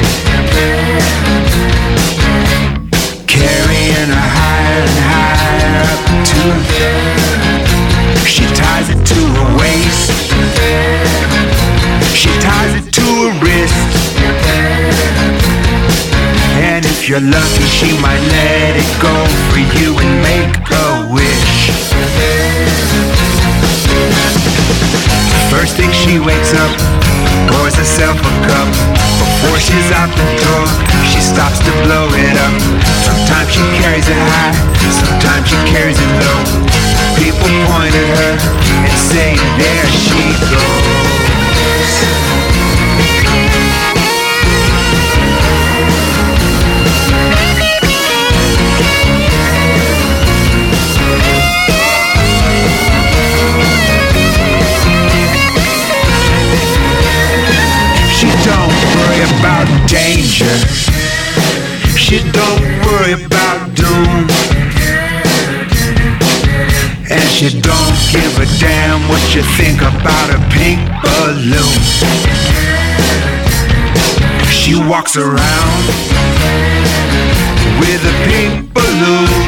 carrying her higher and higher up to she ties it to her waist, she ties it to her wrist, and if you're lucky she might let it go for you and make a wish. First thing she wakes up, pours herself a cup. Before she's out the door, she stops to blow it up. Sometimes she carries it high, sometimes she carries it low. People point at her and say, there she goes. She don't worry about danger, she don't worry about doom, and she don't give a damn what you think about a pink balloon. She walks around with a pink balloon,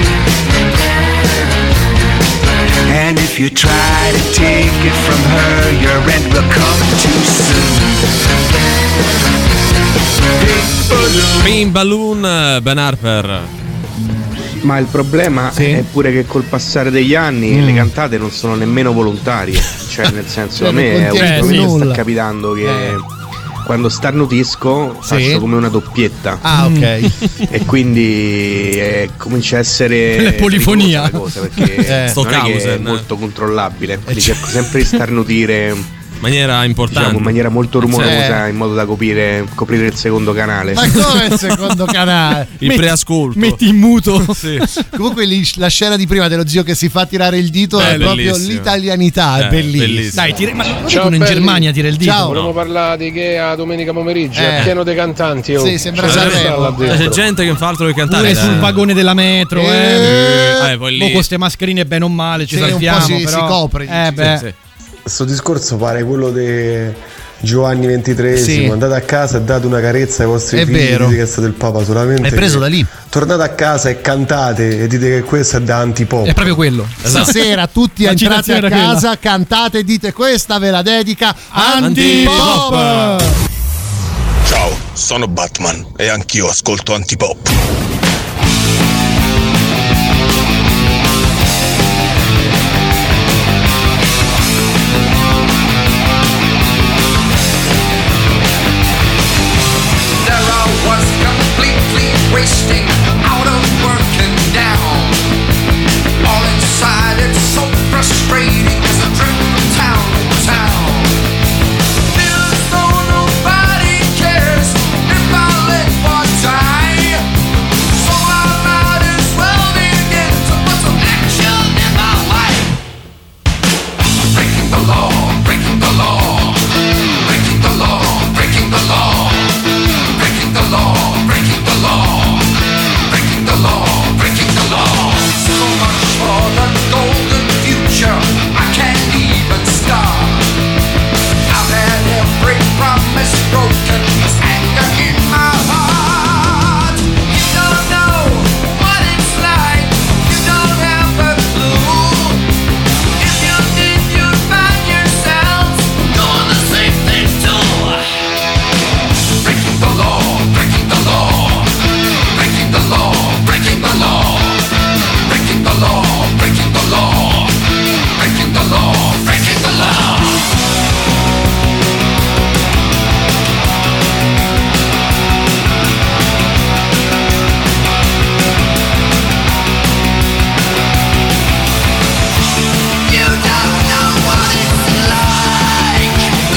and if you try to take it from her, your end will come too soon. Pink Balloon, Ben Harper. Ma il problema è pure che col passare degli anni le cantate non sono nemmeno volontarie, cioè nel senso a me ultimamente sta capitando che quando starnutisco faccio come una doppietta. Ah, ok. E quindi comincia a essere la polifonia la cosa, perché non è che è molto controllabile, quindi cerco sempre di starnutire maniera importante, diciamo, in maniera molto rumorosa, in modo da coprire il secondo canale. Ma come il secondo canale? Il preascolto. Metti in muto. Sì. Comunque la scena di prima dello zio che si fa tirare il dito è proprio bellissimo. l'italianità, è bellissima. Dai, ma lo dicono in Germania tira il dito. Ciao. Volevo parlare di che a domenica pomeriggio è pieno dei cantanti. Sì, sembra Sanremo. C'è gente che non fa altro che cantare. Pure sul vagone della metro, poi lì con queste mascherine bene o male ci salviamo, un po' però si copre. Sì. Questo discorso pare quello di Giovanni XXIII, andate a casa e date una carezza ai vostri figli, vero. dite che è stato il Papa, solamente è preso da lì. Tornate a casa e cantate e dite che questo è da antipop. È proprio quello. Stasera tutti entrate a casa, cantate e dite questa ve la dedica Antipop. Ciao, sono Batman e anch'io ascolto Antipop. Wasting out of working down. All inside it's so frustrating as I trip from town to town. Feels as though nobody cares if I live or die. So I might as well begin to put some action in my life. Breaking the law, breaking the law, breaking the law, breaking the law, breaking the law, breaking the law. Breaking the law. So much for the golden future, I can't even start. I've had every promise broken, there's anger in my heart. You don't know what it's like, you don't have a clue. If you did, you'd find yourself doing the same thing too. Breaking the law, breaking the law, breaking the law. Breaking the law, breaking the law, breaking the law, breaking the law, breaking the law. You don't know what it's like.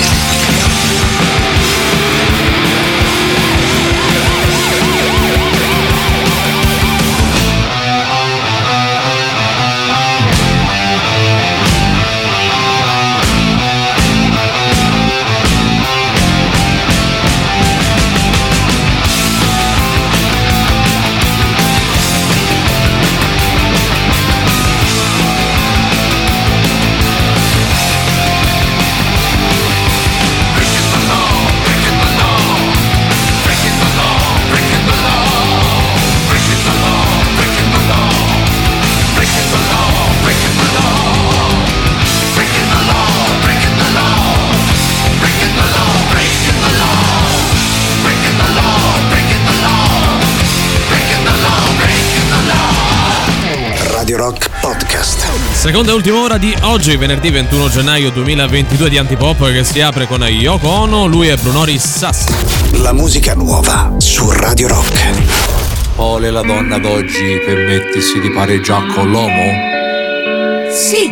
Radio Rock Podcast. Seconda e ultima ora di oggi, venerdì 21 gennaio 2022 di Antipop, che si apre con Yoko Ono, lui è Brunori Sassi. La musica nuova su Radio Rock. Vuole la donna d'oggi permettersi di pareggiare con l'uomo? Sì.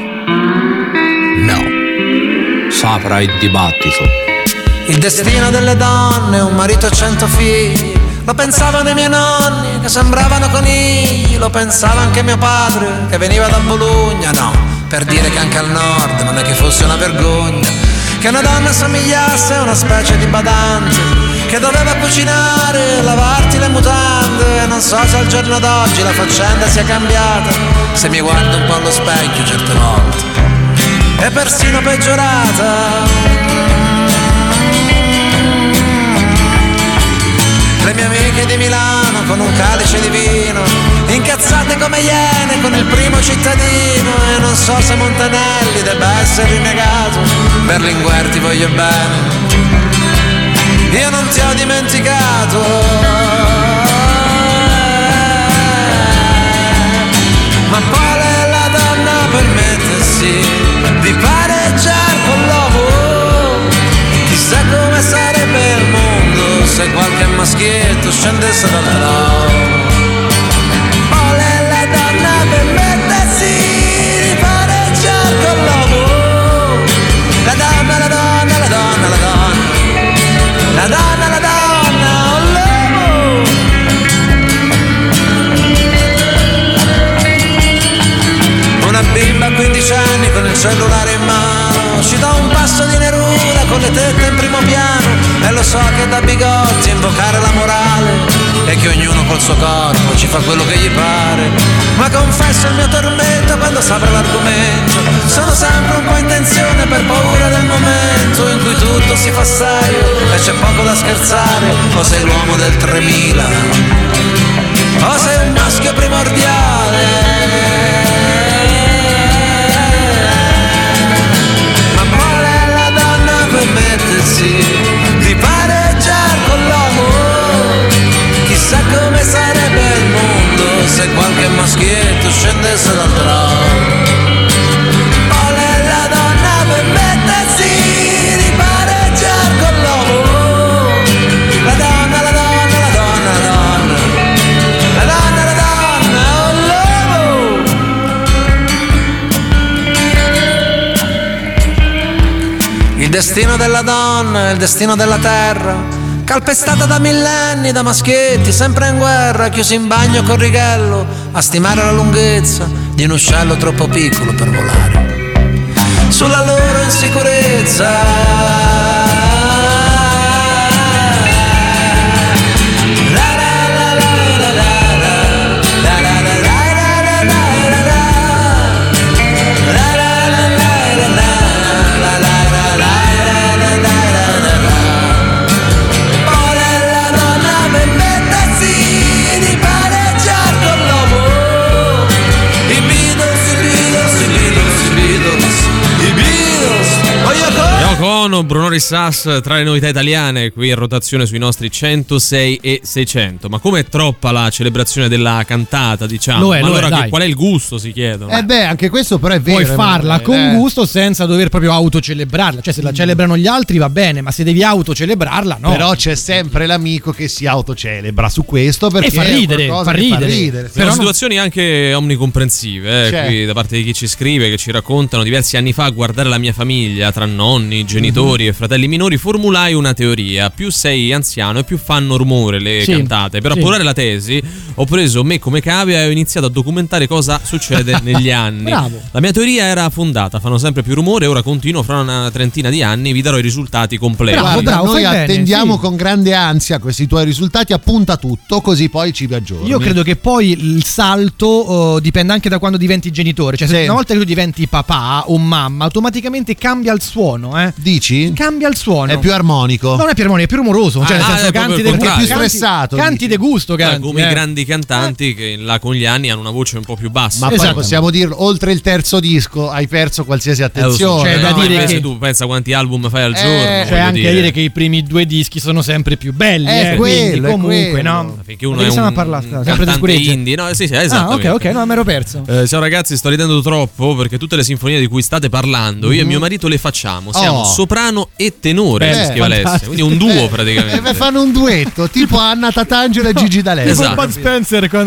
No. Saprà il dibattito. Il destino delle donne, un marito e 100 figli. Lo pensavano i miei nonni che sembravano conigli. Lo pensava anche mio padre che veniva da Bologna. No, per dire che anche al nord non è che fosse una vergogna che una donna somigliasse a una specie di badante che doveva cucinare, lavarti le mutande. Non so se al giorno d'oggi la faccenda sia cambiata, se mi guardo un po' allo specchio certe volte è persino peggiorata. Le mie amiche di Milano con un calice di vino, incazzate come iene con il primo cittadino. E non so se Montanelli debba essere rinnegato, Berlinguer ti voglio bene, io non ti ho dimenticato. Ma qual è la donna per mettersi di pareggiare con l'uomo? Chissà come sarebbe il mondo se qualche maschietto scendesse dal trono. Qual è la donna per mettersi di pareggiare con l'uomo? La donna, la donna, la donna, la donna, la donna, la donna, oh l'uomo. Una bimba a 15 anni con il cellulare in mano ci dà un passo di Neruda con le tette in primo piano. E lo so che da bigotti invocare la morale e che ognuno col suo corpo ci fa quello che gli pare. Ma confesso il mio tormento quando s'apre l'argomento. Sono sempre un po' in tensione per paura del momento in cui tutto si fa serio e c'è poco da scherzare. O sei l'uomo del 3000 o sei un maschio primordiale. Di pareggiare con l'uomo. Chissà come sarebbe il mondo se qualche maschietto scendesse dal trono. Qual è la donna per mettersi di pareggiare con l'uomo? La donna, la donna, la donna, la donna, la donna, la donna, oh l'uomo. Il destino della donna è il destino della terra, calpestata da millenni, da maschietti sempre in guerra, chiusi in bagno con righello, a stimare la lunghezza di un uccello troppo piccolo per volare. Sulla loro insicurezza Ono, Bruno Rissas tra le novità italiane qui in rotazione sui nostri 106 e 600. Ma come è troppa la celebrazione della cantata, diciamo? Ma allora qual è il gusto, si chiedono? Anche questo però è vero. Puoi farla con gusto senza dover proprio autocelebrarla. Cioè se la celebrano gli altri va bene, ma se devi autocelebrarla no. Però c'è sempre l'amico che si autocelebra su questo perché e fa ridere. Sono situazioni anche omnicomprensive qui da parte di chi ci scrive, che ci raccontano: diversi anni fa a guardare la mia famiglia tra nonni, genitori e fratelli minori formulai una teoria: più sei anziano e più fanno rumore le cantate. Per appurare la tesi ho preso me come cavia e ho iniziato a documentare cosa succede negli anni. Bravo. La mia teoria era fondata, fanno sempre più rumore, ora continuo, fra una trentina di anni vi darò i risultati completi. Bravo, noi attendiamo con grande ansia questi tuoi risultati, appunta tutto così poi ci aggiorni. Io credo che poi il salto dipende anche da quando diventi genitore, cioè se una volta che tu diventi papà o mamma automaticamente cambia il suono, Dici? Cambia il suono. È più armonico. Non è più armonico, è più rumoroso. Cioè, nel senso, canti più stressato. Canti de gusto, canti. Come i grandi cantanti che là con gli anni hanno una voce un po' più bassa. Ma poi possiamo dirlo, oltre il terzo disco hai perso qualsiasi attenzione. Cioè, da dire che tu pensa quanti album fai al giorno. Cioè, anche da dire che i primi 2 dischi sono sempre più belli. Quello, comunque, no? Finché uno è un cantante indie. No, sì, esattamente. Ok, no, mi ero perso. Ciao ragazzi, sto ridendo troppo perché tutte le sinfonie di cui state parlando io e mio marito le facciamo. Siamo soprano e tenore, scrive Alessia. Quindi un duo praticamente. Fanno un duetto tipo Anna Tatangelo e Gigi D'Alessio. Esatto. Bud Spencer quando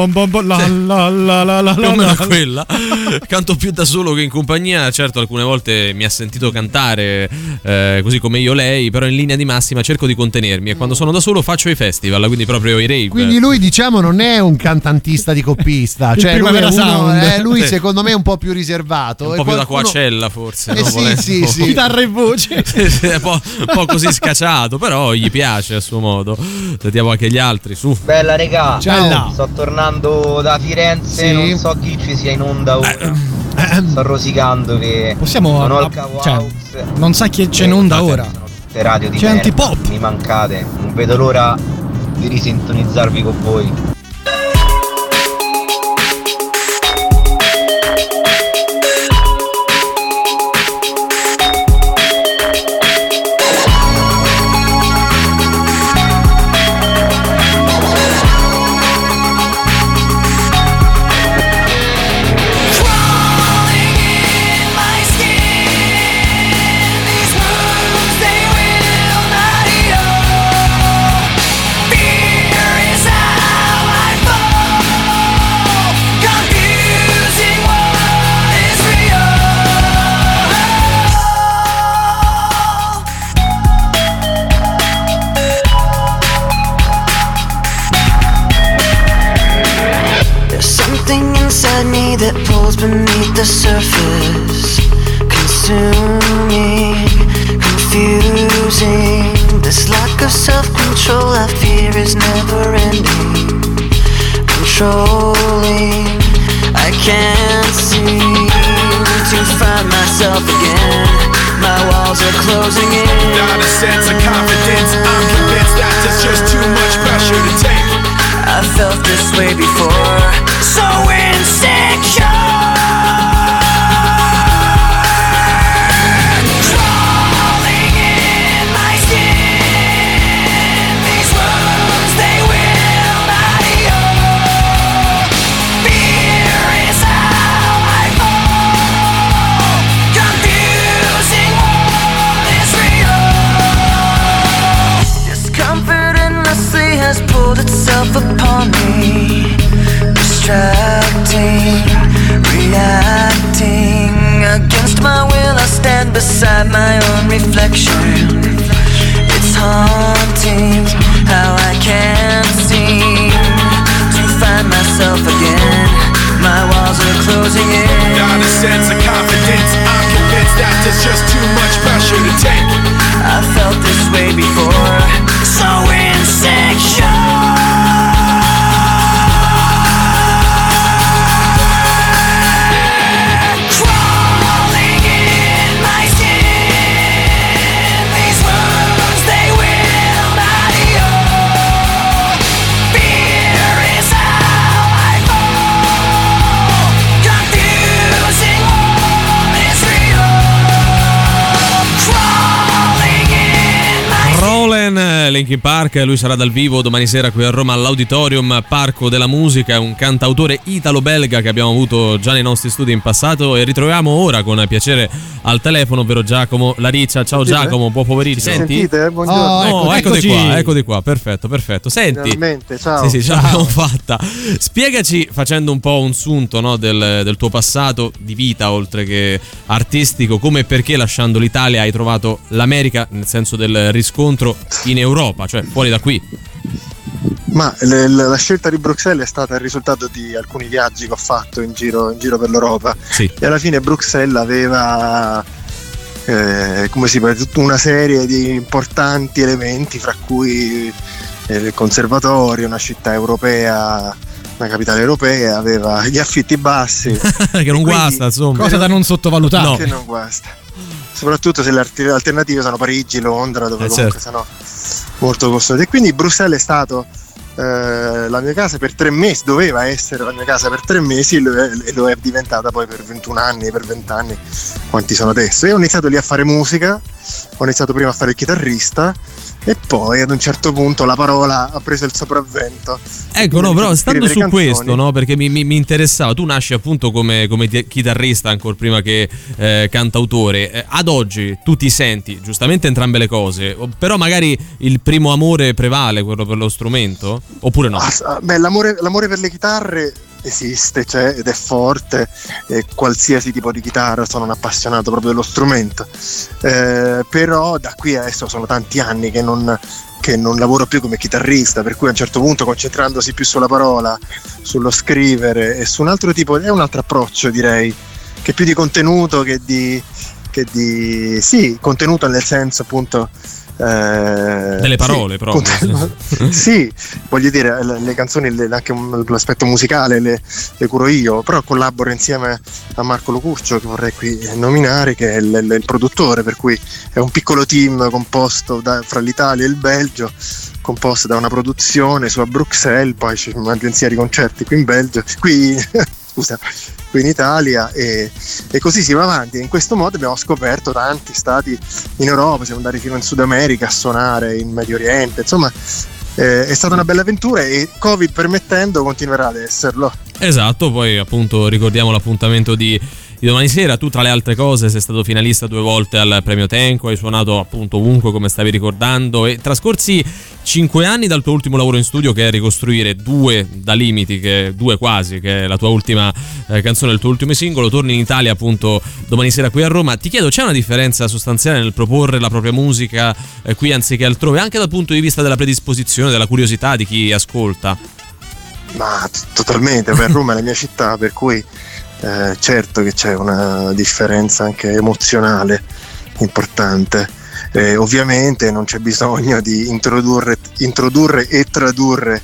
più o meno quella. Canto più da solo che in compagnia. Certo, alcune volte mi ha sentito cantare così come io lei, però in linea di massima cerco di contenermi e quando sono da solo faccio i festival, quindi proprio i rave. Quindi lui, diciamo, non è un cantantista di coppista, cioè lui secondo me è un po' più riservato, un po' più da Coachella forse, sì. Chitarra e voce. È un po' così scacciato, però gli piace a suo modo. Sentiamo anche gli altri, su. Bella regà, ciao. Sto tornando da Firenze, non so chi ci sia in onda ora. Sto rosicando che non ho il cavo house. Non sa chi c'è in onda ora. Sono tutte radio di c'è Antipop. Mi mancate, non vedo l'ora di risintonizzarvi con voi. inside me that pulls beneath the surface, consuming, confusing. This lack of self-control I fear is never ending, controlling. I can't seem to find myself again. My walls are closing in. Not a sense of confidence, I'm convinced that there's just too much pressure to take. I felt this way before, so insecure. Crawling in my skin, these wounds they will not heal. Fear is how I fall, confusing what is real. Discomfort endlessly has pulled itself upon me, distracting, reacting. Against my will I stand beside my own reflection. It's haunting how I can't seem to find myself again. My walls are closing in. Not a sense of confidence, I'm convinced that there's just too much pressure to take. I felt this way before, so insecure. Linkin Park, lui sarà dal vivo domani sera qui a Roma all'Auditorium Parco della Musica, è un cantautore italo-belga che abbiamo avuto già nei nostri studi in passato e ritroviamo ora con piacere al telefono, ovvero Giacomo Lariccia. Ciao Giacomo, buon pomeriggio. Senti? Sentite? Buongiorno. Oh, eccoti qua, perfetto. Senti, finalmente, ciao. Sì, ce l'abbiamo fatta. Spiegaci, facendo un po' un sunto, no, del tuo passato di vita, oltre che artistico, come e perché lasciando l'Italia hai trovato l'America, nel senso del riscontro in Europa, cioè fuori da qui. Ma la scelta di Bruxelles è stata il risultato di alcuni viaggi che ho fatto in giro per l'Europa, sì. E alla fine Bruxelles aveva tutta una serie di importanti elementi, fra cui il conservatorio, una città europea, una capitale europea, aveva gli affitti bassi che non guasta, insomma, cosa da non sottovalutare, no. Che non guasta, soprattutto se le alternative sono Parigi, Londra, dove comunque sono molto costose. E quindi Bruxelles è stato la mia casa per 3 mesi, doveva essere la mia casa per 3 mesi e lo è diventata poi per 21 anni, per 20 anni, quanti sono adesso. E ho iniziato lì a fare musica, ho iniziato prima a fare il chitarrista e poi ad un certo punto la parola ha preso il sopravvento. Ecco, no, però stando su questo, no, perché mi interessava, tu nasci appunto come chitarrista ancora prima che cantautore. Ad oggi tu ti senti giustamente entrambe le cose, però magari il primo amore prevale, quello per lo strumento, oppure no? Beh, l'amore per le chitarre esiste, cioè, ed è forte, qualsiasi tipo di chitarra, sono un appassionato proprio dello strumento, però da qui adesso sono tanti anni che non lavoro più come chitarrista, per cui a un certo punto, concentrandosi più sulla parola, sullo scrivere e su un altro tipo, è un altro approccio, direi, che più di contenuto che di sì, contenuto nel senso appunto delle parole, sì, proprio sì, voglio dire, le canzoni, anche l'aspetto musicale le curo io, però collaboro insieme a Marco Locurcio, che vorrei qui nominare, che è il produttore, per cui è un piccolo team composto fra l'Italia e il Belgio, composto da una produzione su a Bruxelles, poi c'è un'agenzia di concerti qui in Belgio, qui in Italia, e così si va avanti. E in questo modo abbiamo scoperto tanti stati in Europa, siamo andati fino in Sud America a suonare, in Medio Oriente, insomma è stata una bella avventura e Covid permettendo continuerà ad esserlo. Esatto, poi appunto ricordiamo l'appuntamento di domani sera. Tu tra le altre cose sei stato finalista 2 volte al premio Tenco, hai suonato appunto ovunque, come stavi ricordando, e trascorsi 5 anni dal tuo ultimo lavoro in studio, che è Ricostruire, 2 da Limiti, che 2 quasi, che è la tua ultima canzone, il tuo ultimo singolo. Torni in Italia appunto domani sera qui a Roma. Ti chiedo, c'è una differenza sostanziale nel proporre la propria musica qui anziché altrove, anche dal punto di vista della predisposizione, della curiosità di chi ascolta? Ma totalmente, per Roma è la mia città, per cui certo che c'è una differenza anche emozionale importante. Ovviamente non c'è bisogno di introdurre e tradurre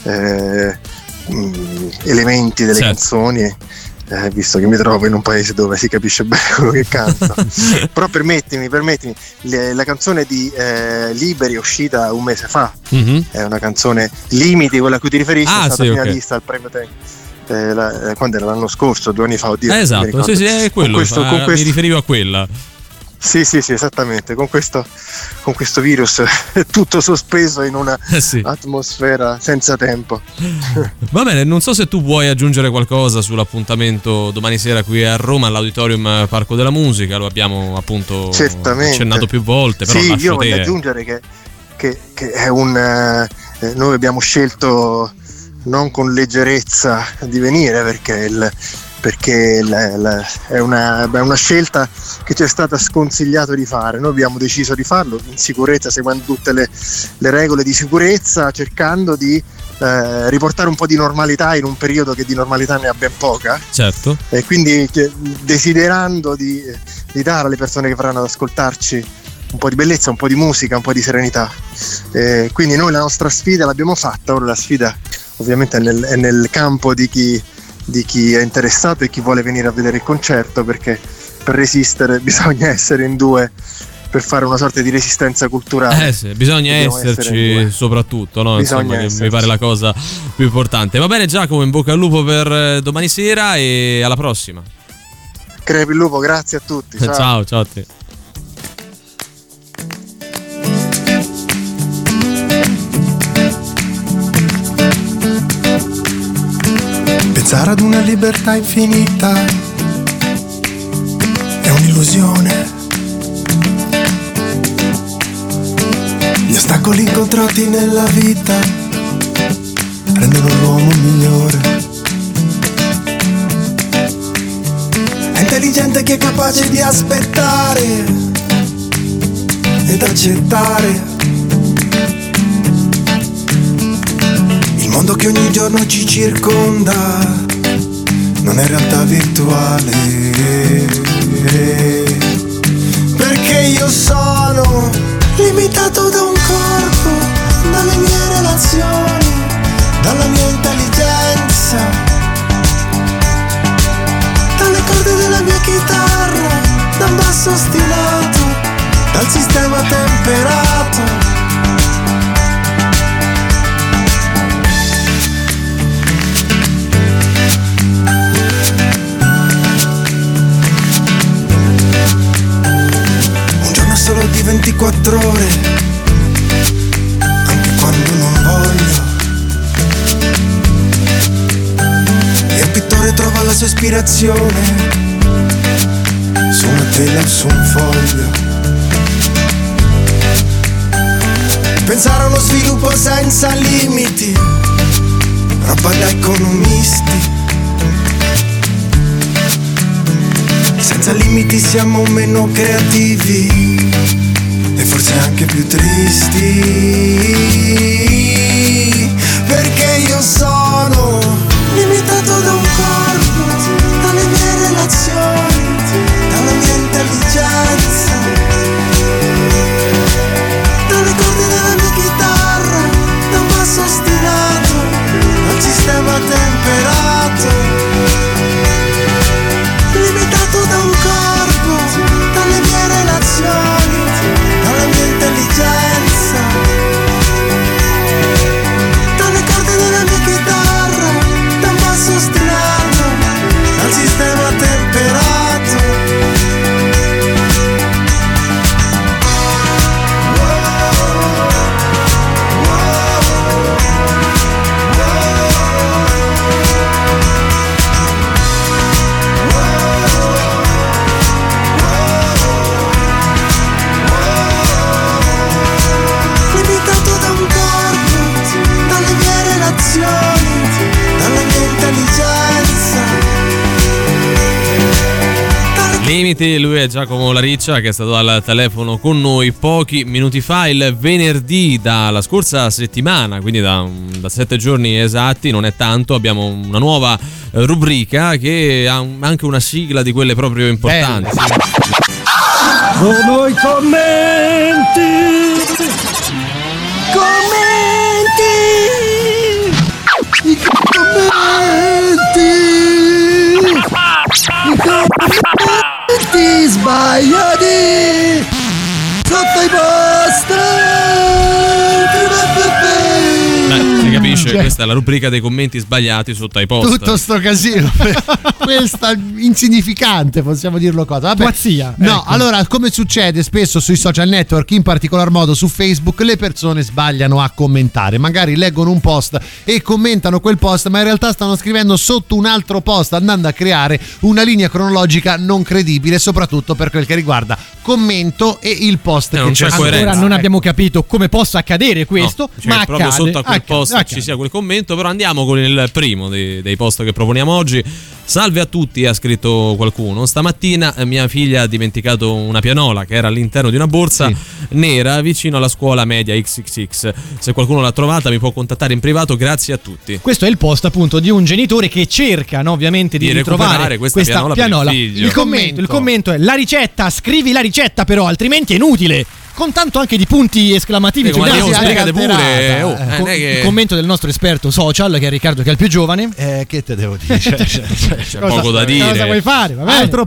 elementi delle canzoni, visto che mi trovo in un paese dove si capisce bene quello che canto. Però permettimi, la canzone di Liberi è uscita un mese fa, è una canzone Limiti, quella a cui ti riferisci, è stata finalista al premio quando era l'anno scorso, 2 anni fa, esatto, sì, è quello, mi riferivo a quella. Sì, esattamente, con questo virus è tutto sospeso in una atmosfera senza tempo. Va bene, non so se tu vuoi aggiungere qualcosa sull'appuntamento domani sera qui a Roma all'Auditorium Parco della Musica, lo abbiamo appunto accennato più volte, però sì, io voglio aggiungere che è noi abbiamo scelto non con leggerezza di venire, perché è una scelta che ci è stata sconsigliato di fare. Noi abbiamo deciso di farlo in sicurezza, seguendo tutte le regole di sicurezza, cercando di riportare un po' di normalità in un periodo che di normalità ne ha ben poca. Certo. E quindi desiderando di dare alle persone che verranno ad ascoltarci un po' di bellezza, un po' di musica, un po' di serenità. Quindi noi la nostra sfida l'abbiamo fatta. Ora la sfida ovviamente è nel campo di chi è interessato e chi vuole venire a vedere il concerto, perché per resistere bisogna essere in due, per fare una sorta di resistenza culturale. Bisogna esserci soprattutto, no? Insomma, mi pare la cosa più importante. Va bene Giacomo, in bocca al lupo per domani sera e alla prossima. Crepi il lupo, grazie a tutti. Ciao a te. Pensare ad una libertà infinita è un'illusione. Gli ostacoli incontrati nella vita rendono l'uomo migliore. È intelligente chi è capace di aspettare ed accettare il mondo che ogni giorno ci circonda. Non è realtà virtuale, perché io sono limitato da un corpo, dalle mie relazioni, dalla mia intelligenza, dalle corde della mia chitarra, da un basso ostinato, dal sistema temperato. Solo di 24 ore, anche quando non voglio. E il pittore trova la sua ispirazione su una tela o su un foglio. Pensare a uno sviluppo senza limiti, roba da economisti. Senza limiti siamo meno creativi e forse anche più tristi, perché io sono limitato da un corpo, dalle mie relazioni, dalla mia intelligenza, dalle corde della mia chitarra, da un basso ostinato, dal sistema temperato. Limitato da un corpo, dalle mie relazioni, dalla mia intelligenza, limiti, lui è Giacomo Lariccia che è stato al telefono con noi pochi minuti fa, il venerdì dalla scorsa settimana, quindi da 7 giorni esatti, non è tanto, abbiamo una nuova rubrica che ha anche una sigla di quelle proprio importanti. Sono i commenti! I commenti sbagliati sotto i post. Si capisce, questa è la rubrica dei commenti sbagliati sotto ai post. Tutto sto casino, questa insignificante, possiamo dirlo cosa. Vabbè. Pazzia. No, ecco. allora, come succede spesso sui social network, in particolar modo su Facebook, le persone sbagliano a commentare. Magari leggono un post e commentano quel post, ma in realtà stanno scrivendo sotto un altro post, andando a creare una linea cronologica non credibile, soprattutto per quel che riguarda commento e il post che c'è. Ancora non abbiamo capito come possa accadere questo, no, ma proprio accade, sotto a quel post ci sia quel commento. Però andiamo con il primo dei post che proponiamo oggi. Salve a tutti, ha scritto qualcuno. Stamattina mia figlia ha dimenticato una pianola che era all'interno di una borsa nera vicino alla scuola media XXX. Se qualcuno l'ha trovata mi può contattare in privato, grazie a tutti. Questo è il post appunto di un genitore che cerca, no, ovviamente di ritrovare questa pianola. Il commento è: la ricetta, scrivi la ricetta però, altrimenti è inutile. Con tanto anche di punti esclamativi. Spiegate pure. Il commento del nostro esperto social, che è Riccardo, che è il più giovane. Che te devo dire? C'è poco da dire. Cosa vuoi fare? Va bene. Altro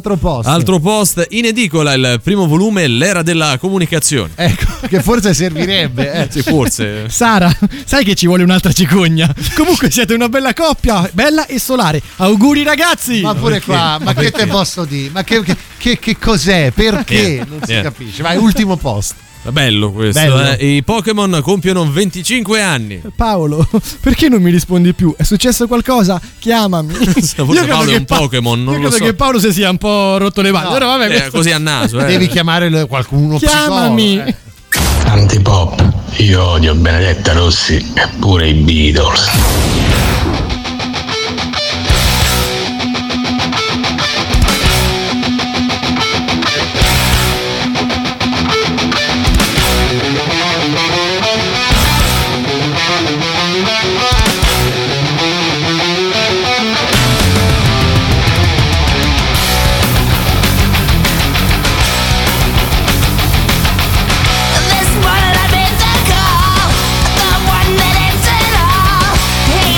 post. In edicola il primo volume, L'era della comunicazione. Ecco, che forse servirebbe. Sì, forse. Sara, sai che ci vuole un'altra cicogna? Comunque siete una bella coppia, bella e solare. Auguri ragazzi. Ma pure qua, ma che te posso dire? Ma che cos'è? Perché? Non si capisce. Vai, ultimo post. Bello questo. Bello. I Pokémon compiono 25 anni. Paolo, perché non mi rispondi più? È successo qualcosa? Chiamami. Forse Paolo è un Pokémon, non lo so. Credo che Paolo si sia un po' rotto le balle. Però vabbè, così a naso. Devi chiamare qualcuno. Chiamami. Antipop, io odio Benedetta Rossi e pure i Beatles. This morning I've been the call, the one that ends it all.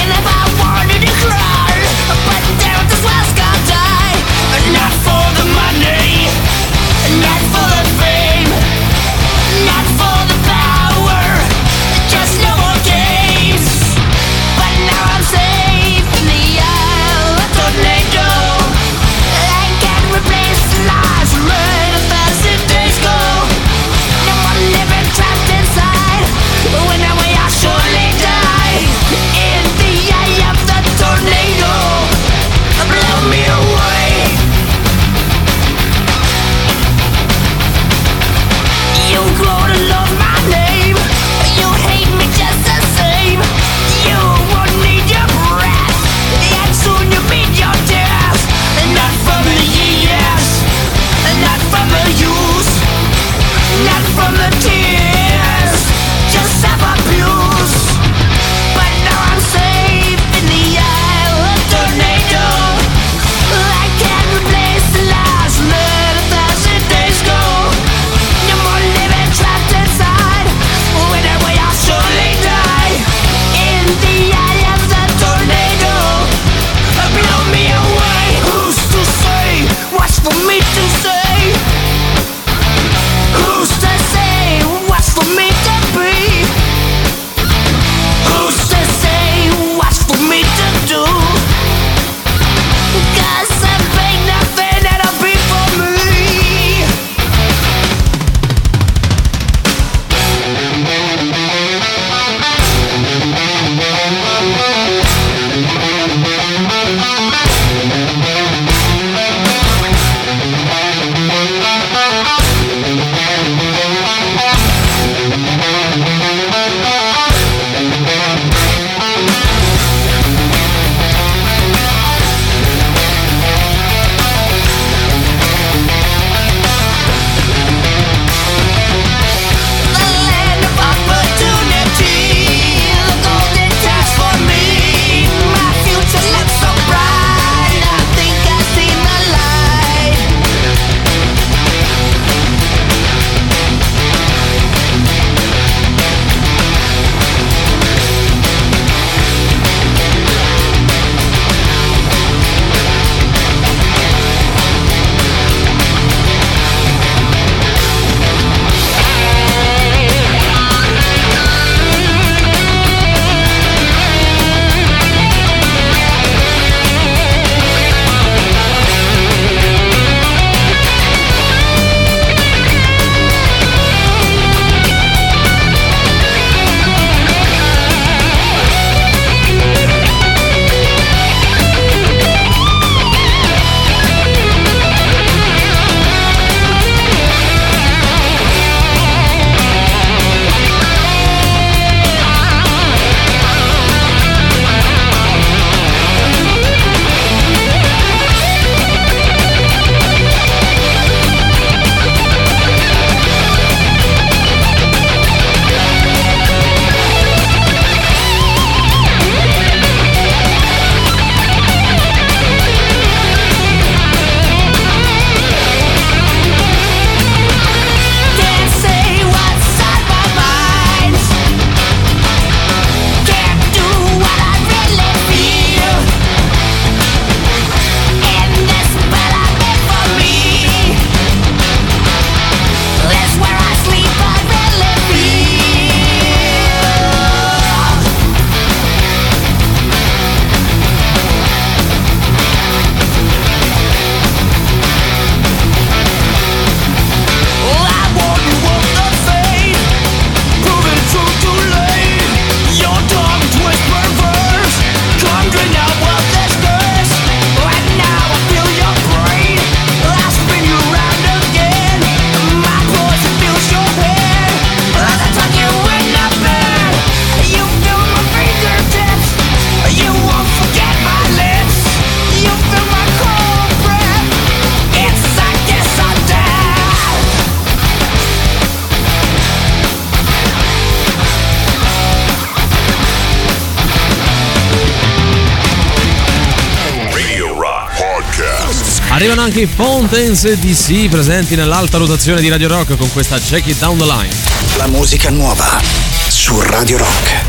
Arrivano anche i Fountains DC, presenti nell'alta rotazione di Radio Rock con questa Check It Down the Line. La musica nuova su Radio Rock.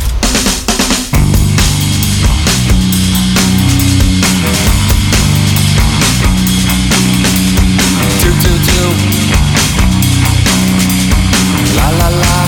La la la.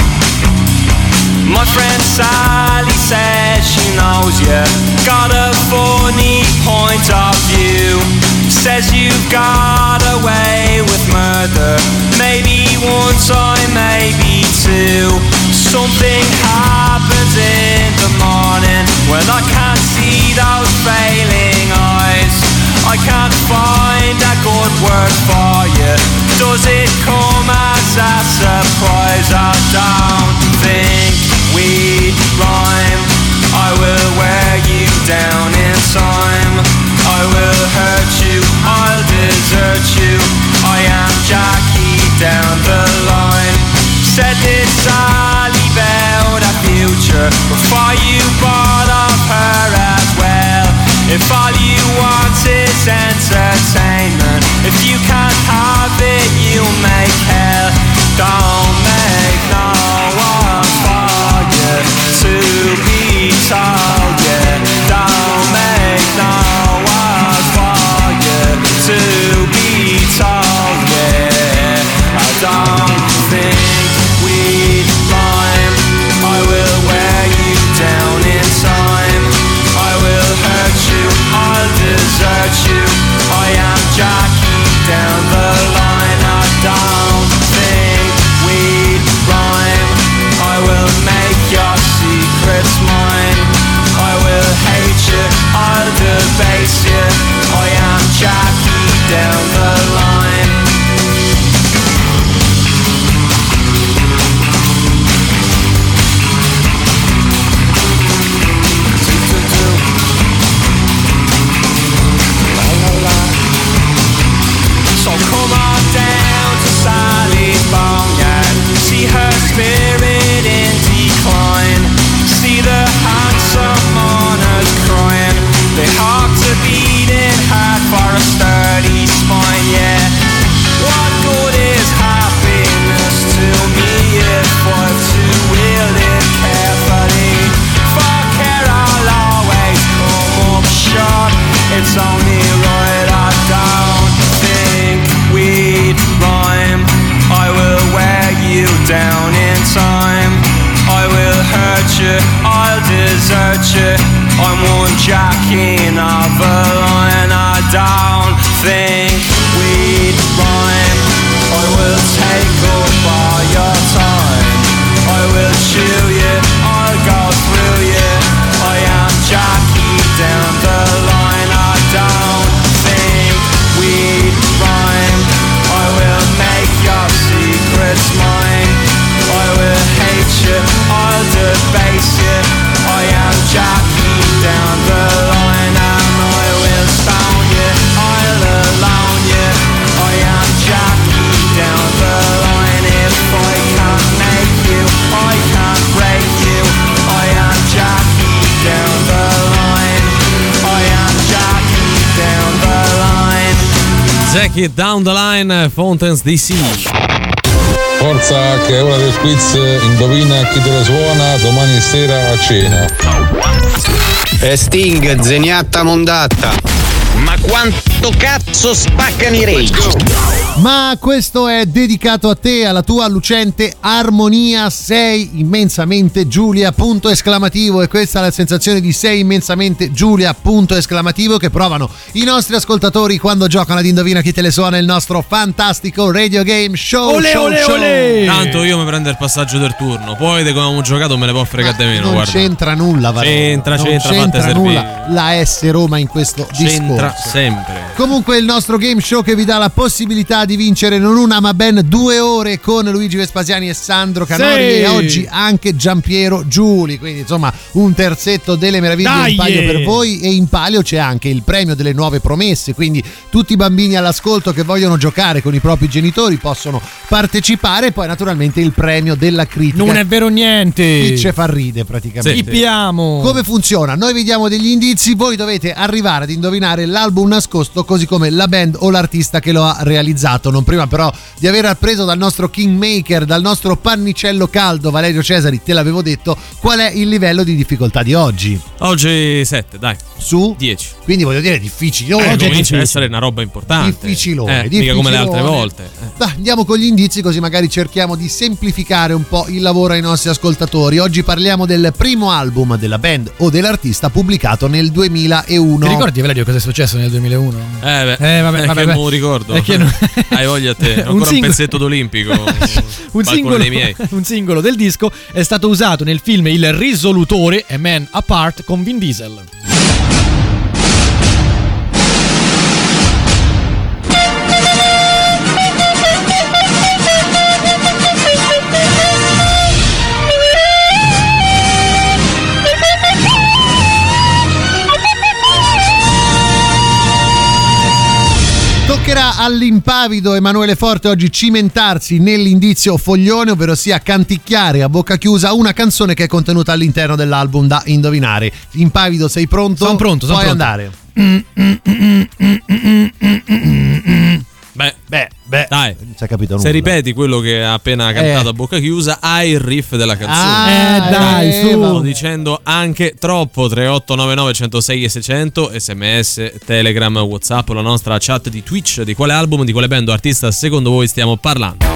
My friend Sally says she knows you, got a funny point of view. Says you got away with murder, maybe one time, maybe two. Something happens in the morning when I can't see those failing eyes. I can't find a good word for you. Does it come as a surprise? I don't think we'd rhyme. I will wear you down in time. I will hurt you, I'll desert you. I am Jackie down the line. Said this Sally about a future before you bought off her as well. If all you want is entertainment, if you can't have it, you make hell. Don't make no one for you to be told, yeah. Don't make no one for you to be told, yeah. I don't think we'd rhyme. I will wear you down in time. I will hurt you, I'll desert you. I am Jackie down the line. I don't think we'd rhyme. I will make your secrets mine. I will hate you, I'll debase you. I am Jackie down the line. So come on down to Sally's boneyard. See her spirit in decline. See the handsome mourners crying. They have to beating hard for a sturdy spine, yeah. What good is happiness to me if I'm to wield it carefully? For care I'll always come up short. It's only right I don't think we'd rhyme. I will wear you down in time. I will hurt you, I'll desert you. I'm one Jackie of a line. I don't think we'd rhyme. I will take up all your time. I will chew you, I'll go through you. I am Jackie down the line. I don't think we'd rhyme. I will make your secrets mine. I will hate you, I'll debase you. I am Jackie down the line. And I will stone you, I'll alone you. I am Jackie down the line. If I can't make you, I can't break you. I am Jackie down the line. I am Jackie down the line. Jackie Down the Line, Fountains DC. Forza che è ora del quiz, indovina chi te la suona domani sera a cena. Sting, zeniatta mondatta. Ma quanto cazzo spaccano i Rage? Ma questo è dedicato a te, alla tua lucente armonia. Sei immensamente Giulia, punto esclamativo. E questa è la sensazione di sei immensamente Giulia, punto esclamativo, che provano i nostri ascoltatori quando giocano ad Indovina chi te le suona, il nostro fantastico radio game show. Olè, olè, olè. Tanto io mi prendo il passaggio del turno, poi di come abbiamo giocato me ne può fregare di meno. Non guarda. c'entra nulla, c'entra nulla la S Roma in questo discorso. Sempre. Comunque il nostro game show che vi dà la possibilità di vincere non una ma ben 2 ore con Luigi Vespasiani e Sandro Canori, e oggi anche Giampiero Giuli, quindi insomma un terzetto delle meraviglie in palio per voi. E in palio c'è anche il premio delle nuove promesse, quindi tutti i bambini all'ascolto che vogliono giocare con i propri genitori possono partecipare. E poi naturalmente il premio della critica. Non è vero niente, chi ce fa ride praticamente. Schippiamo. Come funziona? Noi vi diamo degli indizi, voi dovete arrivare ad indovinare l'album nascosto così come la band o l'artista che lo ha realizzato. Non prima però di aver appreso dal nostro kingmaker, dal nostro pannicello caldo Valerio Cesari, te l'avevo detto, qual è il livello di difficoltà di oggi? Oggi 7, dai. Su 10. Quindi voglio dire difficilone. Comincia a essere una roba importante. Difficilone. Mica come le altre volte. Dai, andiamo con gli indizi, così magari cerchiamo di semplificare un po' il lavoro ai nostri ascoltatori. Oggi parliamo del primo album della band o dell'artista pubblicato nel 2001. Ti ricordi, Valerio, cosa è successo nel 2001? Vabbè, vabbè. Non me lo ricordo. Hai voglia te. Ancora un pezzetto d'Olimpico. Un singolo del disco è stato usato nel film Il risolutore, A Man Apart, con Vin Diesel. Toccherà all'impavido Emanuele Forte oggi cimentarsi nell'indizio foglione, ovvero sia canticchiare a bocca chiusa una canzone che è contenuta all'interno dell'album da indovinare. Impavido, sei pronto? Sono pronto. Puoi andare. Beh, dai, ci ha capito nulla. Se ripeti quello che ha appena cantato a bocca chiusa, hai il riff della canzone. Dai, su. Sto dicendo anche troppo. 3899 106 e 600, SMS, Telegram, WhatsApp, la nostra chat di Twitch. Di quale album, di quale band o artista secondo voi stiamo parlando?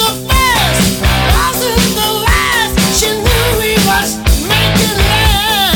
She knew he was making love.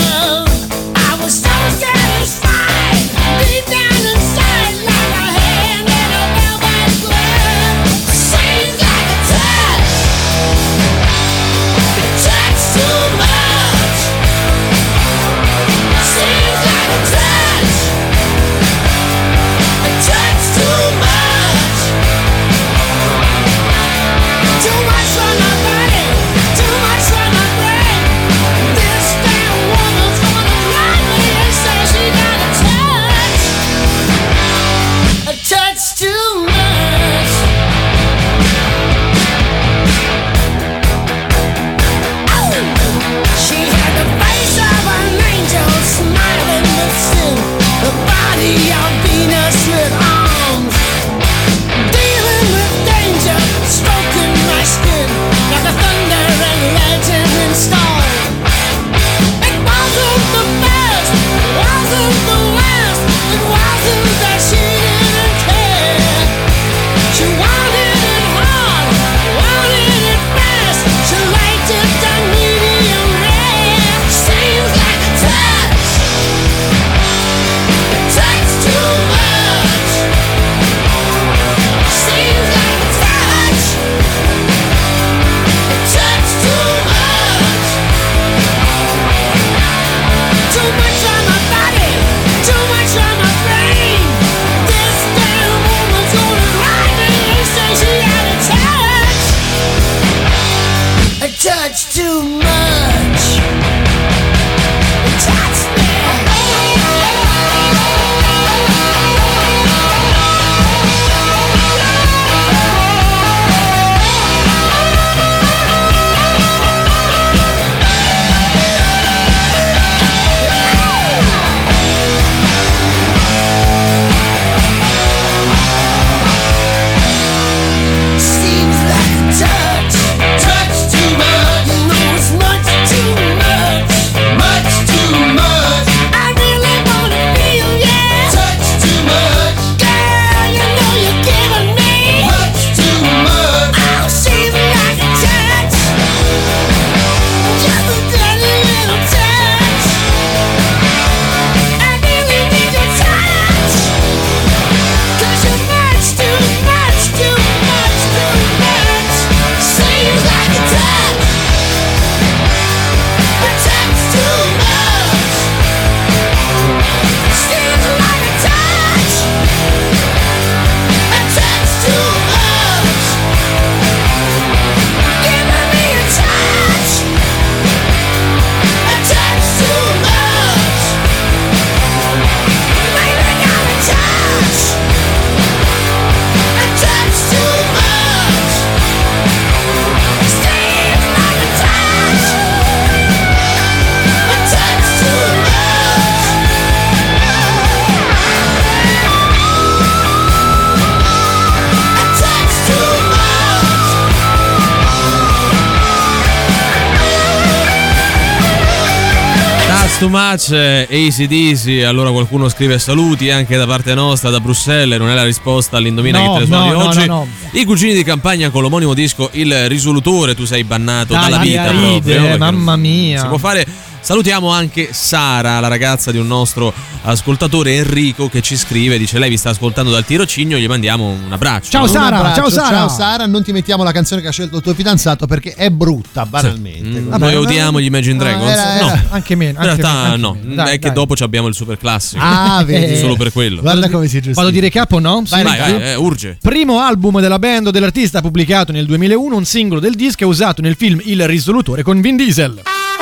too much, AC/DC. Allora qualcuno scrive saluti anche da parte nostra, da Bruxelles. Non è la risposta all'indovina che te ne suoni oggi. I cugini di campagna con l'omonimo disco Il Risolutore. Tu sei bannato dalla vita proprio. Mamma mia. Si può fare. Salutiamo anche Sara, la ragazza di un nostro ascoltatore Enrico, che ci scrive, dice lei vi sta ascoltando dal tirocinio, gli mandiamo un abbraccio. Ciao Sara, ciao Sara. Ciao Sara, non ti mettiamo la canzone che ha scelto il tuo fidanzato perché è brutta, banalmente. Noi odiamo gli Imagine Dragons? No, anche meno. In realtà no, è che dopo abbiamo il super classico. Vedi. Solo per quello. Guarda come si giustifica. Vado di recap, no? Vai, urge. Primo album della band o dell'artista pubblicato nel 2001, un singolo del disco è usato nel film Il Risolutore con Vin Diesel.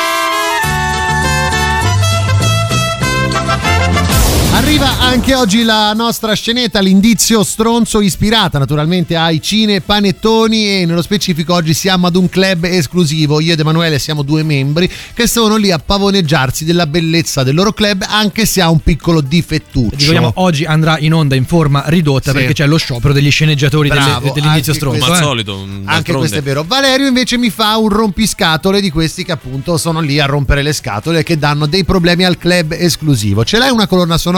Arriva anche oggi la nostra scenetta, l'indizio stronzo, ispirata naturalmente ai cinepanettoni, e nello specifico oggi siamo ad un club esclusivo. Io ed Emanuele siamo 2 membri che sono lì a pavoneggiarsi della bellezza del loro club, anche se ha un piccolo difettuccio. Diciamo, oggi andrà in onda in forma ridotta perché c'è lo sciopero degli sceneggiatori dell'indizio stronzo. Ma al solito. Anche questo è vero. Valerio invece mi fa un rompiscatole di questi che appunto sono lì a rompere le scatole e che danno dei problemi al club esclusivo. Ce l'hai una colonna sonora?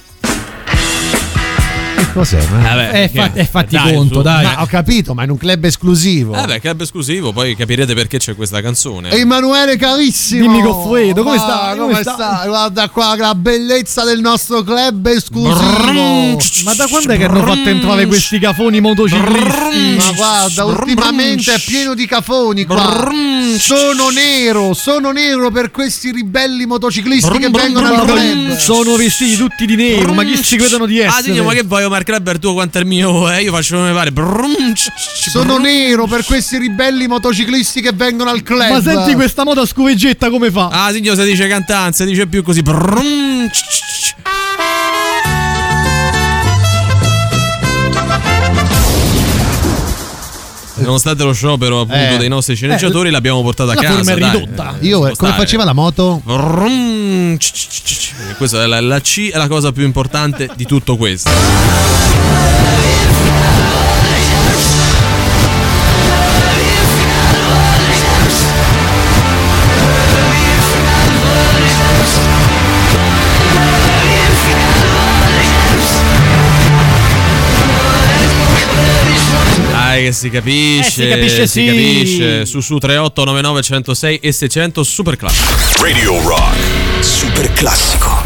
Che cos'è? Fatti conto, dai. Ma ho capito, ma in un club esclusivo. Club esclusivo, poi capirete perché c'è questa canzone. Emanuele carissimo, dimmi Goffredo, come sta? Guarda qua la bellezza del nostro club esclusivo. Ma da quando è che hanno fatto entrare questi cafoni motociclisti? Ma guarda, ultimamente è pieno di cafoni qua. Sono nero per questi ribelli motociclisti che vengono al club. Sono vestiti tutti di nero, ma chi ci credono di essere? Signor, ma che vuoi? Ma il club è tuo quanto è il mio? Io faccio come pare. Sono nero per questi ribelli motociclisti che vengono al club. Ma senti questa moto a scuveggetta come fa? Signor, se dice cantanza, dice più così. Nonostante lo sciopero appunto dei nostri sceneggiatori, l'abbiamo portata a casa. La forma è ridotta. Io come faceva la moto? Questa è la C, è la cosa più importante di tutto questo. Che si capisce, si capisce. Su 38 99 106 e 600 Super Classico. Radio Rock Super Classico.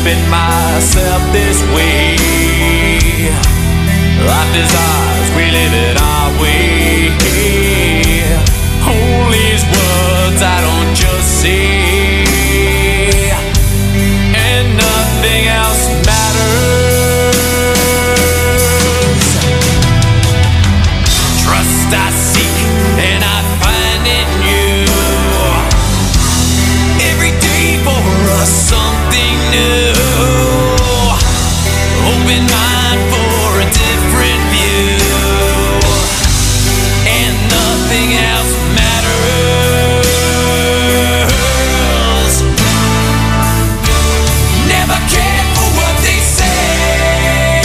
limit myself this way. Life is ours, we live it our way. All these words I don't just say, and nothing else matters. Trust I seek and I find in you. Every day for us something new. Open mind for a different view, and nothing else matters. Never cared for what they say,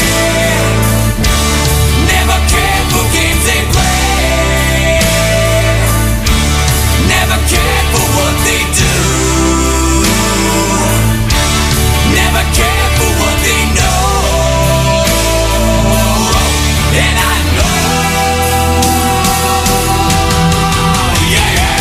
never cared for games they play, never cared for what they do, never cared for what they know. And I know, yeah.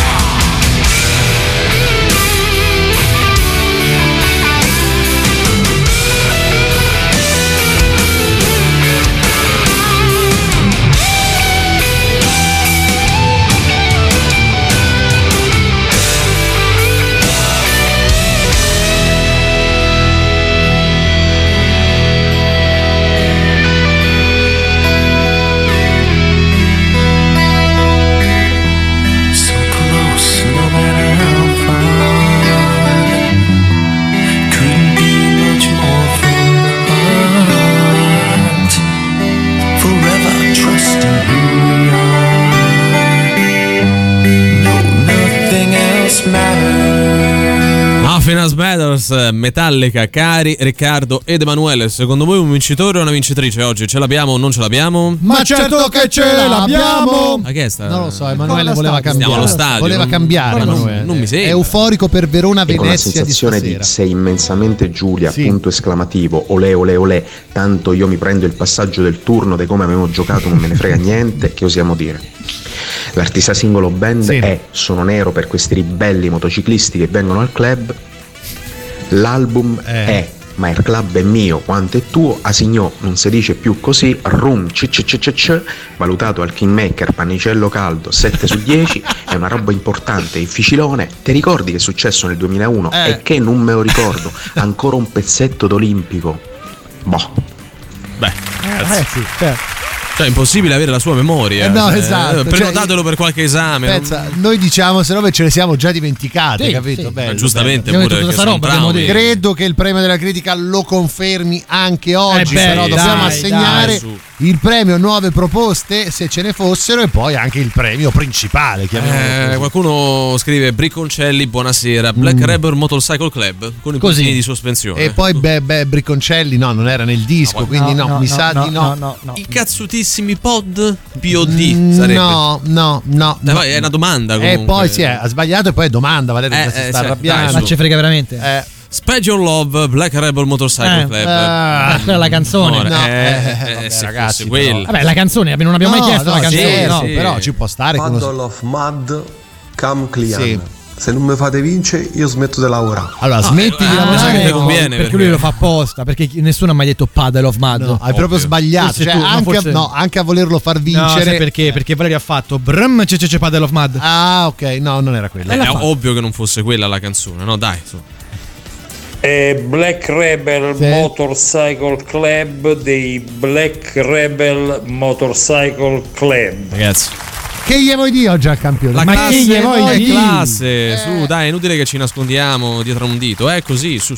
So close, no matter how far. Couldn't be much more from the heart. Forever trusting who we are. No, nothing else matters. Nothing Else Matters, Metallica. Cari Riccardo ed Emanuele, secondo voi un vincitore o una vincitrice oggi? Ce l'abbiamo o non ce l'abbiamo? Ma certo che ce l'abbiamo! Ma che è sta? Non lo so, Emanuele voleva cambiare. Stiamo allo stadio. Voleva cambiare, Emanuele. Non mi sembra. È euforico per Verona E con la Venezia di sensazione stasera. di sei immensamente Giulia, Sì. punto esclamativo, olè olè olè, tanto io mi prendo il passaggio del turno di come avevo giocato, non me ne frega niente, che osiamo dire. L'artista singolo band è Sono nero per questi ribelli motociclisti che vengono al club. L'album è Ma il club è mio quanto è tuo, Asignò non si dice più così, Rum valutato al Kingmaker pannicello caldo 7 su 10, è una roba importante, difficilone. Ti ricordi che è successo nel 2001? E che non me lo ricordo, ancora un pezzetto d'Olimpico. Boh. Beh, Sì, certo. cioè, è impossibile avere la sua memoria. No, esatto. Prenotatelo per qualche esame. Pensa, noi diciamo se no ce le siamo già dimenticate, Sì, capito? sì. Bello, Ma giustamente bello. pure perché sono traumi. Credo che il premio della critica lo confermi anche oggi, però dobbiamo assegnare il premio nuove proposte se ce ne fossero e poi anche il premio principale, chiamiamolo così. Qualcuno scrive Bricconcelli, buonasera. Black Rebel Motorcycle Club con i Così. puntini di sospensione. E poi Bricconcelli no, non era nel disco, quindi no, mi sa di no. I cazzutissimi pod POD sarebbe. No. Poi è una domanda comunque. E poi ha sbagliato e poi è domanda, va detto si sta arrabbiando. Ma ci frega veramente. Spread Your Love, Black Rebel Motorcycle Club. Quella è la canzone. No, se ragazzi, fosse quella. Vabbè, la canzone, non abbiamo mai chiesto la canzone. No, però ci può stare. Puddle of Mud, Cam Clean. Sì. Se non mi fate vincere, io smetto di lavorare. Allora, smetti di lavorare. Perché lui lo fa apposta, perché nessuno ha mai detto Puddle of Mud. No, hai proprio sbagliato. Cioè, anche a volerlo far vincere. No, perché Valerio ha fatto Brum Puddle of Mud. Ah, ok, no, non era quella. È ovvio che non fosse quella la canzone, no? Dai, su. Black Rebel Motorcycle Club dei Black Rebel Motorcycle Club. Ragazzi, che gli vuoi dire oggi al campione? la Ma classe, che gli vuoi dire? classe, su, dai, è inutile che ci nascondiamo dietro a un dito, è così, su.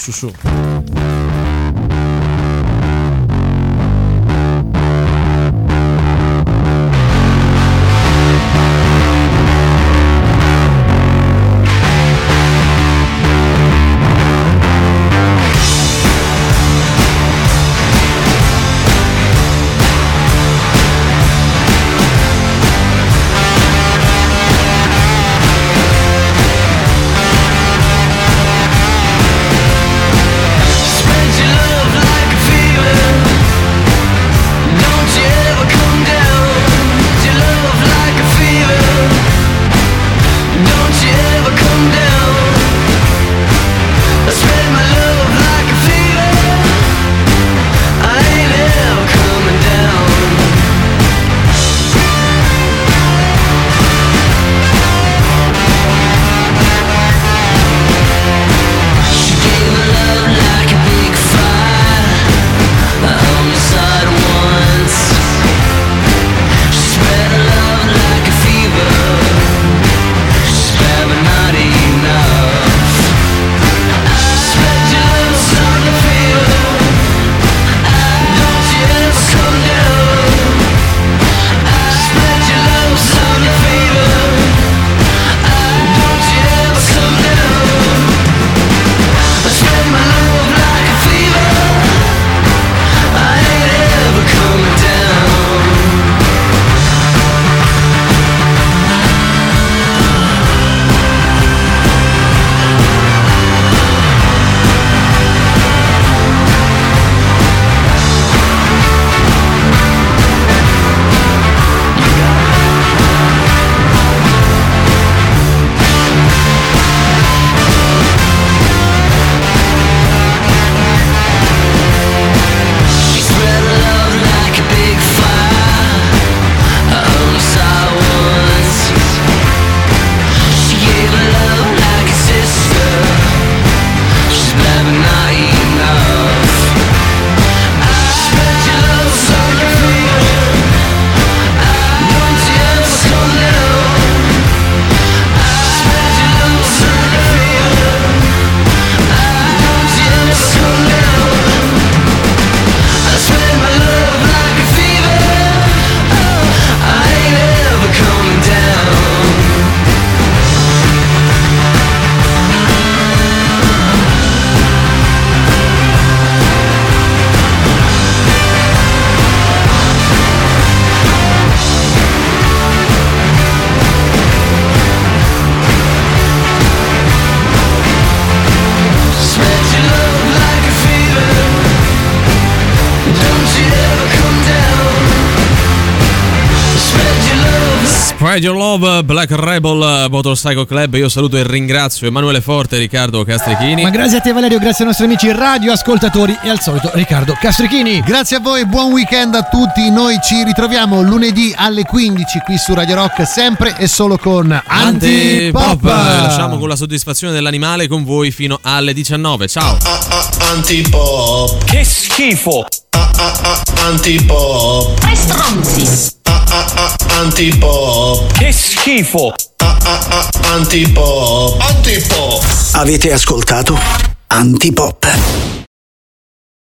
Ride Your Love, Black Rebel, Motorcycle Club. Io saluto e ringrazio Emanuele Forte e Riccardo Castrichini. Ma grazie a te Valerio, grazie ai nostri amici radioascoltatori e al solito Riccardo Castrichini. Grazie a voi, buon weekend a tutti. Noi ci ritroviamo lunedì alle 15 qui su Radio Rock, sempre e solo con Antipop. Lasciamo con la soddisfazione dell'animale con voi fino alle 19. Ciao. Antipop. Che schifo. Antipop. Tre stronzi. Antipop. Che schifo. Antipop. Antipop. Avete ascoltato Antipop.